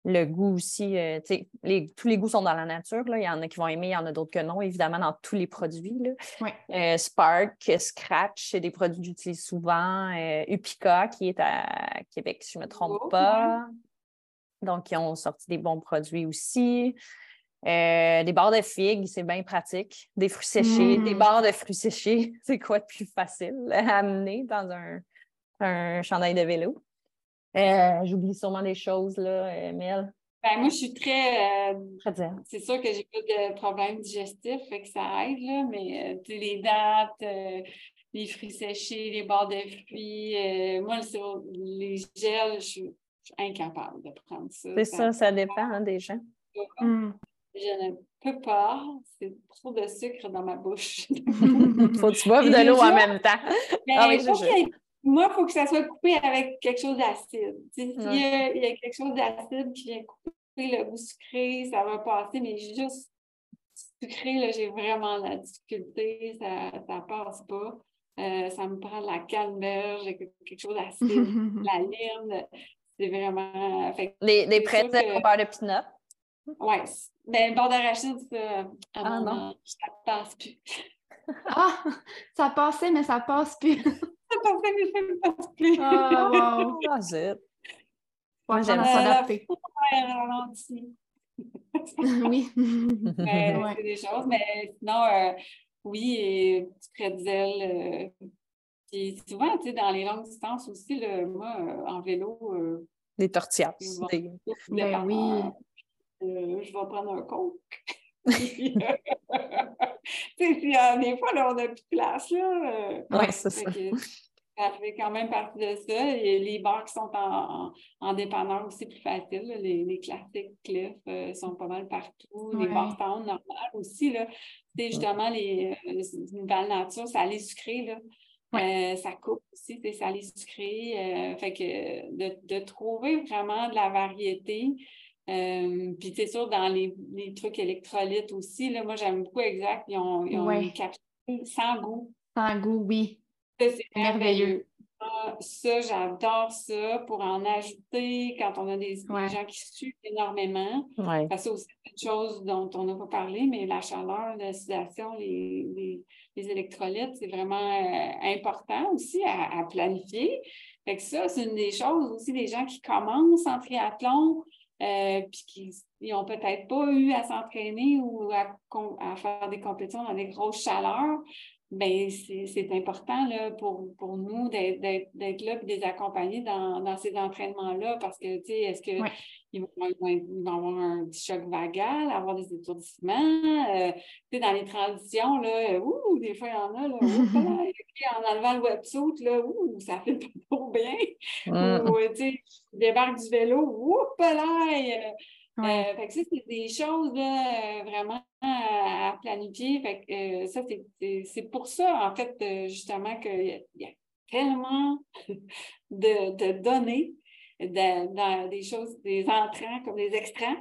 le goût aussi, euh, tu sais, les, tous les goûts sont dans la nature. Là. Il y en a qui vont aimer, il y en a d'autres que non, évidemment, dans tous les produits. Là. Ouais. Euh, Spark, Scratch, c'est des produits que j'utilise souvent. Euh, Upica, qui est à Québec, si je ne me trompe Oh, pas. Ouais. Donc, ils ont sorti des bons produits aussi. Euh, des barres de figues, c'est bien pratique. Des fruits séchés. Mm. Des barres de fruits séchés, c'est quoi de plus facile à amener dans un, un chandail de vélo? Euh, j'oublie sûrement des choses, là, euh, Mel. Ben, moi, je suis très... Euh, Très bien. c'est sûr que j'ai pas de problème digestif, fait que ça aide, là, mais euh, les dattes, euh, les fruits séchés, les barres de fruits, euh, moi, le, les gels, je suis, je suis incapable de prendre ça. C'est ça, ça, ça dépend hein, des gens. Mm. Je ne peux pas. C'est trop de sucre dans ma bouche. Faut que tu boives de l'eau en même temps. Ben, Ah oui, faut je qu'il y ait- moi, il faut que ça soit coupé avec quelque chose d'acide. S'il y, Ouais. a- il y a quelque chose d'acide qui vient couper le goût sucré, ça va passer, mais juste sucré, là, j'ai vraiment la difficulté, ça ne passe pas. Euh, ça me prend de la canneberge, quelque chose d'acide, la lime, c'est vraiment... Fait, des des c'est sûr pretzels que- au beurre de pinot. Oui, mais le beurre d'arachide, ça, à Ah, mon non. âge, ça ne passe plus. Ah, ça passait, mais ça passe plus. Ça passait, mais ça ne passe plus. Ah, wow. Ah, zut. Faut Moi, j'aime apprendre à ça. s'adapter. Ouais, ralenti. Oui. Mais Ouais. c'est des choses, mais sinon, euh, oui, et du pretzel. Euh, puis souvent, tu sais, dans les longues distances aussi, là, moi, euh, en vélo, euh, Des tortillas. je vais Des... au Ben dépanneur, oui. euh, je vais prendre un coke. Puis, euh, tu sais, puis, euh, des fois, là, on n'a plus de place, là. Euh, Oui, c'est fait ça. que ça fait quand même partie de ça. Et les bars qui sont en, en, en dépanneur aussi plus facile. Là. Les, les classiques Cliff euh, sont pas mal partout. Les Ouais. bars town normales aussi. Là. C'est justement les, euh, les Val Nature, salé sucré. Là. Ouais. Euh, ça coupe aussi, c'est salé sucré. Euh, fait que de, de trouver vraiment de la variété. Euh, puis c'est sûr, dans les, les trucs électrolytes aussi, là, moi j'aime beaucoup Exact. Ils ont, ils ont Ouais. une capsule sans goût. Sans goût, oui. Ça, c'est Merveilleux. merveilleux. Ah, ça, j'adore ça pour en ajouter quand on a des, des Ouais. gens qui suent énormément. Ouais. Parce que c'est aussi une chose dont on n'a pas parlé, mais la chaleur, la sudation, les, les, les électrolytes, c'est vraiment euh, important aussi à, à planifier. Fait que ça, c'est une des choses aussi des gens qui commencent en triathlon. Euh, puis qui n'ont peut-être pas eu à s'entraîner ou à, à faire des compétitions dans des grosses chaleurs, bien, c'est important là, pour, pour nous d'être là et de les accompagner dans, dans ces entraînements-là parce que, tu sais, est-ce qu'ils Ouais. vont, ils vont, ils vont avoir un petit choc vagal, avoir des étourdissements? Euh, tu sais, dans les transitions, là, ouh, des fois, il y en a, là, ouh, là, en enlevant le wetsuit, là, ouh, ça fait pas trop bien. Mm. Ou, tu sais, je débarque du vélo, ouh, là, euh, Ouais. euh, fait que ça, c'est des choses là, euh, vraiment à, à planifier. Fait que euh, ça, c'est pour ça, en fait, euh, justement, qu'il y, y a tellement de, de données de, dans des choses, des entrants comme des extrants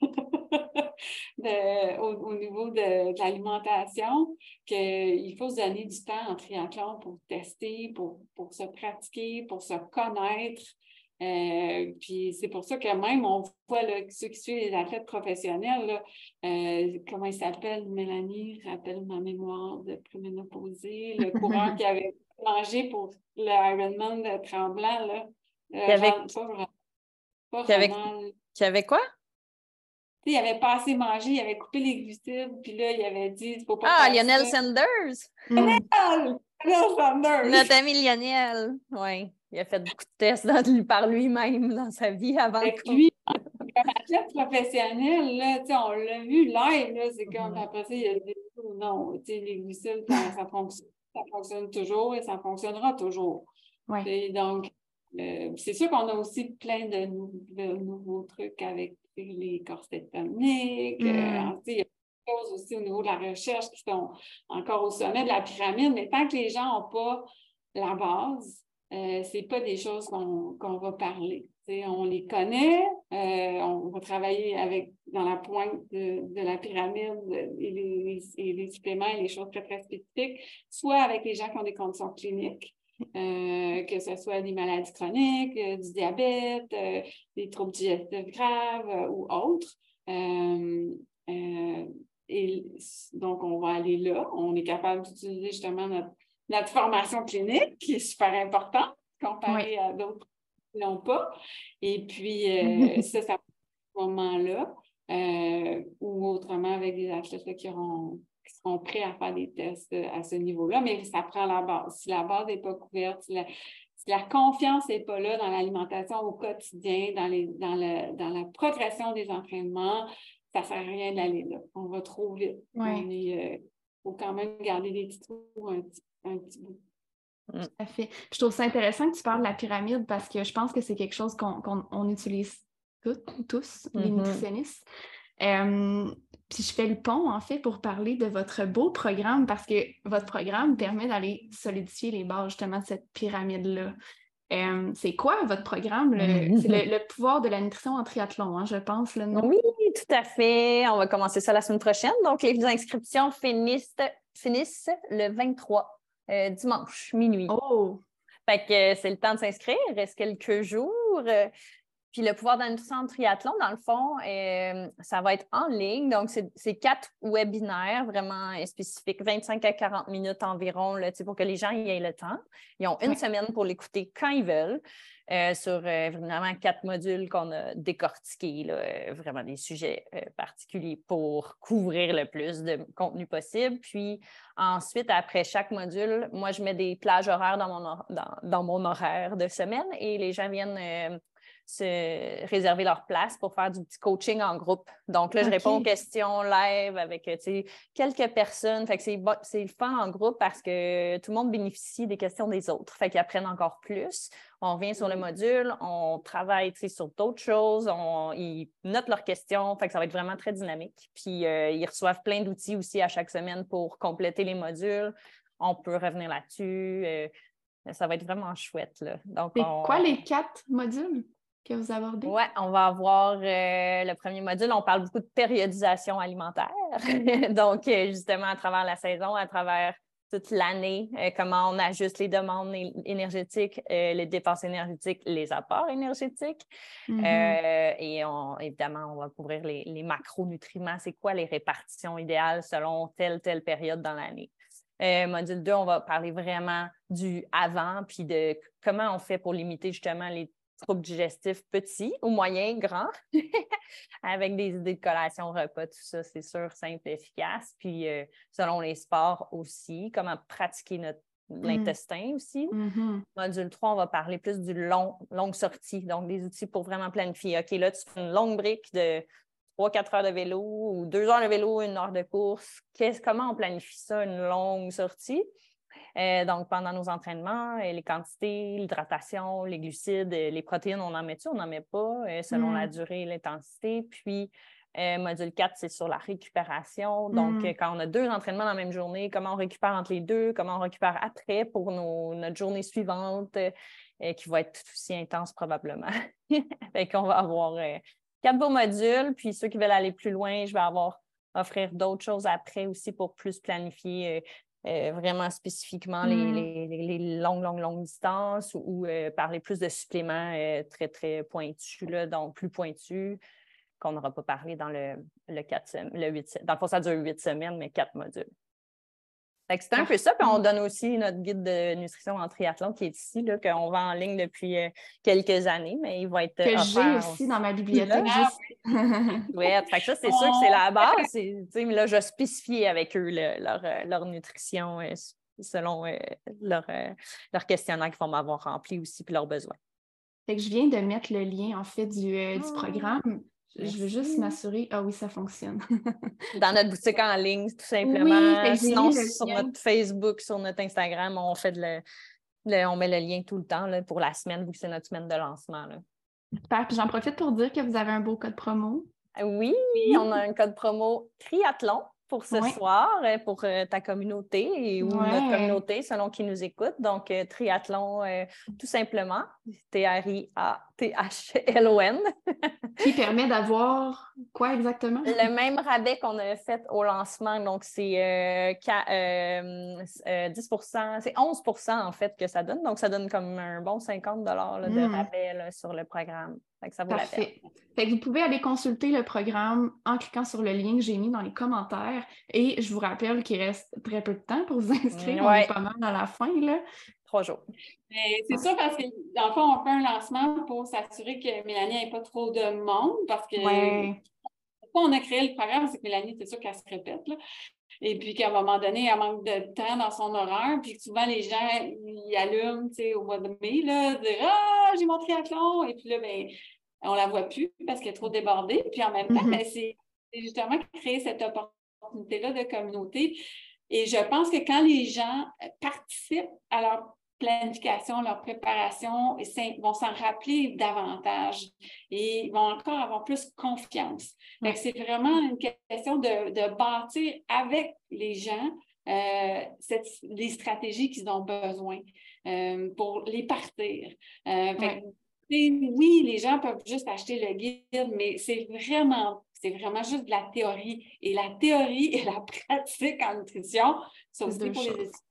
de, au, au niveau de, de l'alimentation, qu'il faut se donner du temps en triathlon pour tester, pour, pour se pratiquer, pour se connaître. Euh, puis c'est pour ça que même on voit là, ceux qui suivent les athlètes professionnels, là, euh, comment il s'appelle, Mélanie, rappelle ma mémoire de préménopausée, le coureur qui avait mangé pour le Ironman de Tremblant, là. Euh, Qui avait, Ron, pas, pas qui, avait, Ronald. qui avait quoi? Tu sais, il avait pas assez mangé, il avait coupé les glucides, puis là, il avait dit, il faut pas Ah, faire Lionel ça. Sanders! Mm. Lionel Sanders! Notre ami Lionel! Oui, il a fait beaucoup de tests dans, par lui-même dans sa vie avant de Lui, comme athlète professionnel, là, on l'a vu live, c'est comme, Mm-hmm. après ça, il a dit, non, les glucides, ça, ça, fonctionne, ça fonctionne toujours et ça fonctionnera toujours. Ouais. Donc, euh, c'est sûr qu'on a aussi plein de, de nouveaux trucs avec les corsets toniques. Mm. Euh, il y a des choses aussi au niveau de la recherche qui sont encore au sommet de la pyramide, mais tant que les gens n'ont pas la base, euh, ce n'est pas des choses qu'on qu'on va parler. T'sais, on les connaît, euh, on va travailler avec dans la pointe de, de la pyramide et les, et les suppléments et les choses très, très spécifiques, soit avec les gens qui ont des conditions cliniques. euh, que ce soit des maladies chroniques, euh, du diabète, euh, des troubles digestifs graves euh, ou autres. Euh, euh, et donc, on va aller là. On est capable d'utiliser justement notre, notre formation clinique, qui est super importante comparée oui. à d'autres qui ne l'ont pas. Et puis, euh, ça, ça ce moment-là, euh, ou autrement avec des athlètes là, qui, auront, qui seront prêts à faire des tests à ce niveau-là, mais ça prend la base. Si la base n'est pas couverte, si la, si la confiance n'est pas là dans l'alimentation au quotidien, dans, les, dans, le, dans la progression des entraînements, ça ne sert à rien d'aller là. On va trop vite. Oui. On est, euh, faut quand même garder des petits trous un petit, un petit bout. Tout à fait. Puis je trouve ça intéressant que tu parles de la pyramide parce que je pense que c'est quelque chose qu'on qu'on, on utilise toutes, tous, les Mm-hmm. nutritionnistes. Euh, puis je fais le pont, en fait, pour parler de votre beau programme parce que votre programme permet d'aller solidifier les bases, justement, de cette pyramide-là. Euh, c'est quoi votre programme? Le, mm-hmm. C'est le, le pouvoir de la nutrition en triathlon, hein, je pense, le nom. Oui, tout à fait. On va commencer ça la semaine prochaine. Donc, les inscriptions finissent, finissent le vingt-trois, euh, dimanche, minuit. Oh! Fait que c'est le temps de s'inscrire. Il reste quelques jours. Puis le pouvoir de la nutrition en triathlon, dans le fond, euh, ça va être en ligne. Donc, c'est, c'est quatre webinaires vraiment spécifiques, vingt-cinq à quarante minutes environ, là, pour que les gens y aient le temps. Ils ont une oui. semaine pour l'écouter quand ils veulent, euh, sur euh, vraiment quatre modules qu'on a décortiqués, là, euh, vraiment des sujets euh, particuliers pour couvrir le plus de contenu possible. Puis ensuite, après chaque module, moi, je mets des plages horaires dans mon, or- dans, dans mon horaire de semaine et les gens viennent... Euh, se réserver leur place pour faire du petit coaching en groupe. Donc là, je okay. réponds aux questions live avec quelques personnes. Fait que c'est, c'est le fun en groupe parce que tout le monde bénéficie des questions des autres. Fait qu'ils apprennent encore plus. On revient sur le module, on travaille sur d'autres choses, on, ils notent leurs questions. Fait que ça va être vraiment très dynamique. Puis euh, ils reçoivent plein d'outils aussi à chaque semaine pour compléter les modules. On peut revenir là-dessus. Euh, ça va être vraiment chouette, là. Donc, c'est on... quoi les quatre modules que vous abordez? Oui, on va avoir euh, le premier module, on parle beaucoup de périodisation alimentaire. Donc, justement, à travers la saison, à travers toute l'année, euh, comment on ajuste les demandes énergétiques, euh, les dépenses énergétiques, les apports énergétiques. Mm-hmm. Euh, et on, évidemment, on va couvrir les, les macronutriments. C'est quoi les répartitions idéales selon telle, telle période dans l'année? Euh, module deux, on va parler vraiment du avant, puis de comment on fait pour limiter justement les troubles digestifs petits ou moyens, grands, avec des idées de collation, repas, tout ça, c'est sûr, simple, efficace. Puis, euh, selon les sports aussi, comment pratiquer notre, mmh. l'intestin aussi. Mm-hmm. Module trois, on va parler plus du long, longue sortie, donc des outils pour vraiment planifier. OK, là, tu fais une longue brique de trois à quatre heures de vélo ou deux heures de vélo, une heure de course. Qu'est-ce, comment on planifie ça, une longue sortie? Euh, donc, pendant nos entraînements, euh, les quantités, l'hydratation, les glucides, euh, les protéines, on en met-tu, on n'en met pas, euh, selon mm. la durée et l'intensité. Puis, euh, module quatre, c'est sur la récupération. Donc, mm. euh, quand on a deux entraînements dans la même journée, comment on récupère entre les deux, comment on récupère après pour nos, notre journée suivante, euh, qui va être tout aussi intense probablement. Fait qu'on va avoir euh, quatre beaux modules. Puis, ceux qui veulent aller plus loin, je vais avoir offrir d'autres choses après aussi pour plus planifier euh, Euh, vraiment spécifiquement mm. les, les, les longues, longues, longues distances ou, ou euh, parler plus de suppléments euh, très, très pointus, là, donc plus pointus, qu'on n'aura pas parlé dans le, le, quatre, le huit. Dans le fond, ça dure huit semaines, mais quatre modules. Fait que c'est un peu ça. Puis on donne aussi notre guide de nutrition en triathlon qui est ici, là, qu'on vend en ligne depuis euh, quelques années, mais il va être que j'ai aussi, aussi dans ma bibliothèque. Ah, juste... ouais, fait que ça, c'est sûr que c'est la base. C'est, mais là, je spécifié avec eux le, leur, leur nutrition euh, selon euh, leur, euh, leur questionnaire qu'ils vont m'avoir rempli aussi, puis leurs besoins. Fait que je viens de mettre le lien, en fait, du, euh, du programme. Merci. Je veux juste m'assurer. Ah oui, ça fonctionne. Dans notre boutique en ligne, tout simplement. Oui, sinon, sur notre Facebook, sur notre Instagram, on fait de le, le, on met le lien tout le temps là, pour la semaine, vu que c'est notre semaine de lancement. Là. Super. Puis j'en profite pour dire que vous avez un beau code promo. Oui, oui. On a un code promo triathlon pour ce oui. soir, pour euh, ta communauté et, ou ouais. notre communauté, selon qui nous écoute. Donc, euh, triathlon, euh, tout simplement, T R I A T H L O N. Qui permet d'avoir quoi exactement? Le même rabais qu'on a fait au lancement, donc c'est euh, euh, euh, dix pour cent, c'est onze pour cent en fait que ça donne, donc ça donne comme un bon cinquante dollars là, de Mm. rabais là, sur le programme. Fait que ça vaut Parfait. la peine. Fait que vous pouvez aller consulter le programme en cliquant sur le lien que j'ai mis dans les commentaires et je vous rappelle qu'il reste très peu de temps pour vous inscrire. Mm, On ouais. est pas mal à la fin, là. Trois jours. Mais c'est sûr parce que, dans le fond, on fait un lancement pour s'assurer que Mélanie n'ait pas trop de monde parce que Ouais. pourquoi on a créé le programme, c'est que Mélanie, c'est sûr qu'elle se répète, là. Et puis qu'à un moment donné, elle manque de temps dans son horaire, puis que souvent les gens, ils allument, tu sais, au mois de mai, là, dire « Ah, j'ai mon triathlon! » Et puis là, ben, on la voit plus parce qu'elle est trop débordée. Puis en même temps, Mm-hmm. ben, c'est justement créer cette opportunité-là de communauté. Et je pense que quand les gens participent à leur planification, leur préparation, ils vont s'en rappeler davantage et ils vont encore avoir plus confiance. Ouais. C'est vraiment une question de, de bâtir avec les gens euh, cette, les stratégies qu'ils ont besoin euh, pour les partir. Euh, fait, ouais. Oui, les gens peuvent juste acheter le guide, mais c'est vraiment c'est vraiment juste de la théorie. Et la théorie et la pratique en nutrition, c'est aussi pour choses. Les étudiants.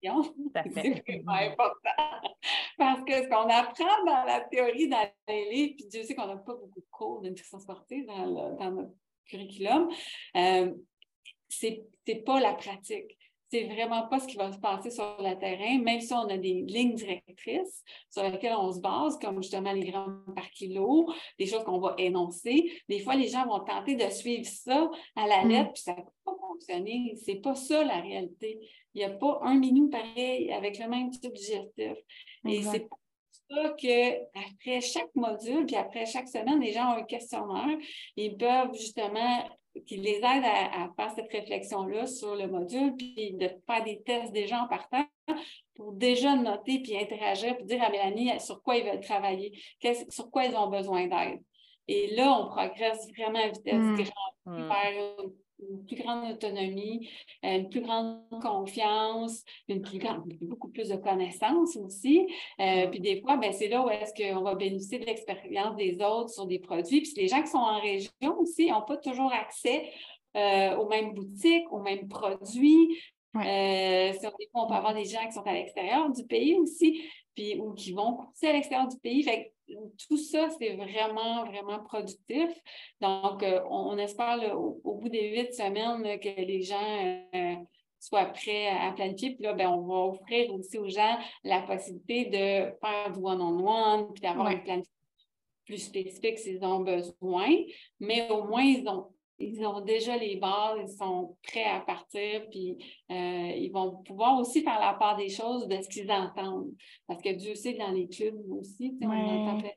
C'est vraiment important. Parce que ce qu'on apprend dans la théorie, dans les livres, puis Dieu sait qu'on n'a pas beaucoup de cours de nutrition sportive dans, le, dans notre curriculum, euh, c'est, c'est pas la pratique. C'est vraiment pas ce qui va se passer sur le terrain, même si on a des lignes directrices sur lesquelles on se base, comme justement les grammes par kilo, des choses qu'on va énoncer. Des fois, les gens vont tenter de suivre ça à la lettre, mm. puis ça ne peut pas fonctionner. C'est pas ça la réalité. Il n'y a pas un menu pareil avec le même type digestif. Et exact. C'est pour ça qu'après chaque module, puis après chaque semaine, les gens ont un questionnaire. Ils peuvent justement qui les aide à, à faire cette réflexion-là sur le module, puis de faire des tests déjà en partant pour déjà noter, puis interagir, puis dire à Mélanie sur quoi ils veulent travailler, sur quoi ils ont besoin d'aide. Et là, on progresse vraiment à vitesse mmh. grande mmh. vers une, une plus grande autonomie, une plus grande confiance, une plus grande, beaucoup plus de connaissances aussi. Euh, mmh. Puis des fois, ben, c'est là où est-ce qu'on va bénéficier de l'expérience des autres sur des produits. Puis les gens qui sont en région aussi n'ont pas toujours accès euh, aux mêmes boutiques, aux mêmes produits. Ouais. Euh, des fois, on peut avoir des gens qui sont à l'extérieur du pays aussi, puis, ou qui vont courser à l'extérieur du pays. Fait que tout ça, c'est vraiment, vraiment productif. Donc, euh, on, on espère là, au, au bout des huit semaines là, que les gens euh, soient prêts à planifier. Puis là, ben, on va offrir aussi aux gens la possibilité de faire du one-on-one, puis d'avoir ouais. une planification plus spécifique s'ils ont besoin. Mais au moins, ils ont Ils ont déjà les bases, ils sont prêts à partir, puis euh, ils vont pouvoir aussi faire la part des choses de ce qu'ils entendent. Parce que Dieu sait que dans les clubs aussi, ouais. on entend plein.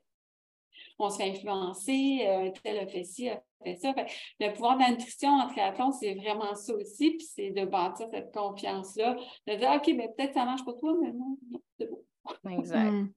On se fait influencer, euh, tel a fait ci, a fait ça. Fait, le pouvoir de la nutrition en triathlon, c'est vraiment ça aussi, puis c'est de bâtir cette confiance-là, de dire, OK, mais peut-être ça ne marche pour toi, mais non, non c'est beau. Exact. Mm.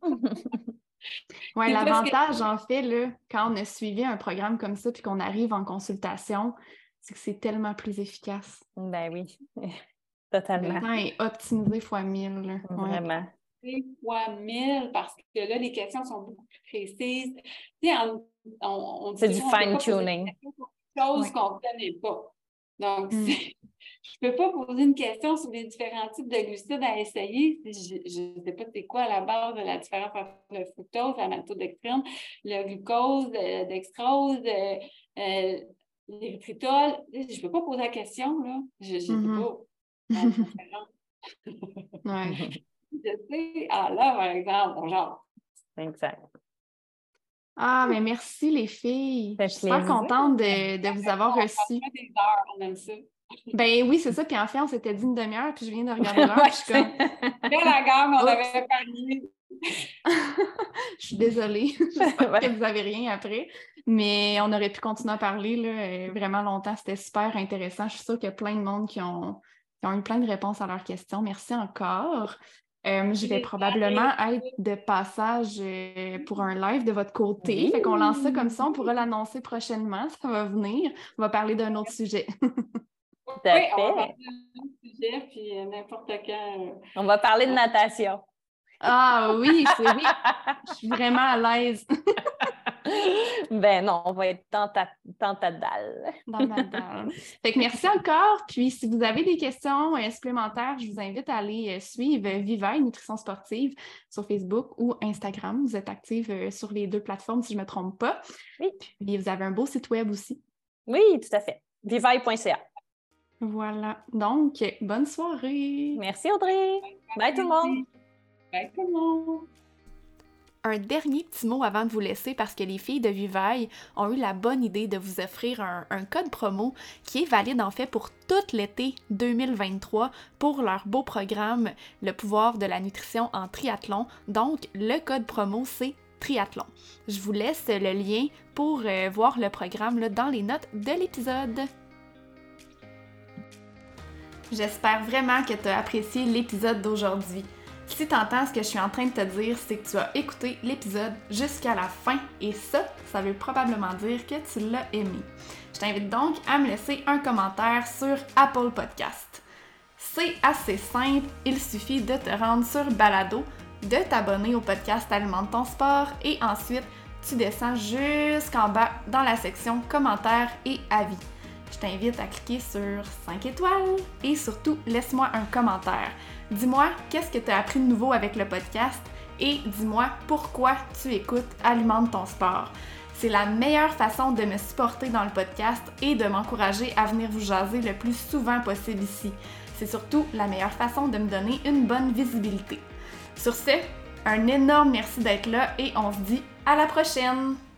Oui, l'avantage, que... en fait, là, quand on a suivi un programme comme ça puis qu'on arrive en consultation, c'est que c'est tellement plus efficace. Ben oui, totalement. Le temps est optimisé fois mille. Là. Vraiment. Ouais. Fois mille, parce que là, les questions sont beaucoup plus précises. Tu sais, on, on, on c'est du fine-tuning. C'est chose ouais. qu'on ne connaît pas. Donc, mm. je ne peux pas poser une question sur les différents types de glucides à essayer. Je ne sais pas c'est quoi à la base de la différence entre le fructose, la maltodextrine, le glucose, le dextrose, euh, euh, l'érythritol. Je ne peux pas poser la question, là. Je ne sais mm-hmm. pas. ouais. Je sais, ah là, par exemple, genre. Exact. Ah, mais merci les filles. Je suis super contente de, de vous avoir reçu. Des heures, on aime ça. Ben oui, c'est ça. Puis en fait, on s'était dit une demi-heure, puis je viens de regarder l'heure. ouais, je suis comme... Là, la gamme, on Oups. avait parlé. Je suis désolée. J'espère ouais. que vous n'avez rien après. Mais on aurait pu continuer à parler là, vraiment longtemps. C'était super intéressant. Je suis sûre qu'il y a plein de monde qui ont, qui ont eu plein de réponses à leurs questions. Merci encore. Euh, je vais probablement être de passage euh, pour un live de votre côté. Oui. Fait qu'on lance ça comme ça. On pourra l'annoncer prochainement. Ça va venir. On va parler d'un autre sujet. Oui, on va parler d'un autre sujet, puis euh, n'importe quand. Euh... On va parler de natation. Ah oui, c'est oui. Je suis vraiment à l'aise. Ben non, on va être dans ta, dans ta dalle. Dans ma dalle. Fait que merci encore. Puis, si vous avez des questions euh, supplémentaires, je vous invite à aller euh, suivre Vivaille Nutrition Sportive sur Facebook ou Instagram. Vous êtes active euh, sur les deux plateformes, si je ne me trompe pas. Oui. Puis, vous avez un beau site web aussi. Oui, tout à fait. vivaille point c a. Voilà. Donc, bonne soirée. Merci, Audrey. Bye tout le monde. Bye tout le monde. Un dernier petit mot avant de vous laisser parce que les filles de Vivaille ont eu la bonne idée de vous offrir un, un code promo qui est valide en fait pour tout l'été deux mille vingt-trois pour leur beau programme Le pouvoir de la nutrition en triathlon. Donc, le code promo, c'est triathlon. Je vous laisse le lien pour euh, voir le programme là, dans les notes de l'épisode. J'espère vraiment que tu as apprécié l'épisode d'aujourd'hui. Si tu entends ce que je suis en train de te dire, c'est que tu as écouté l'épisode jusqu'à la fin et ça, ça veut probablement dire que tu l'as aimé. Je t'invite donc à me laisser un commentaire sur Apple Podcast. C'est assez simple, il suffit de te rendre sur Balado, de t'abonner au podcast Alimente ton sport et ensuite tu descends jusqu'en bas dans la section commentaires et avis. Je t'invite à cliquer sur cinq étoiles et surtout, laisse-moi un commentaire. Dis-moi qu'est-ce que tu as appris de nouveau avec le podcast et dis-moi pourquoi tu écoutes Alimente ton sport. C'est la meilleure façon de me supporter dans le podcast et de m'encourager à venir vous jaser le plus souvent possible ici. C'est surtout la meilleure façon de me donner une bonne visibilité. Sur ce, un énorme merci d'être là et on se dit à la prochaine!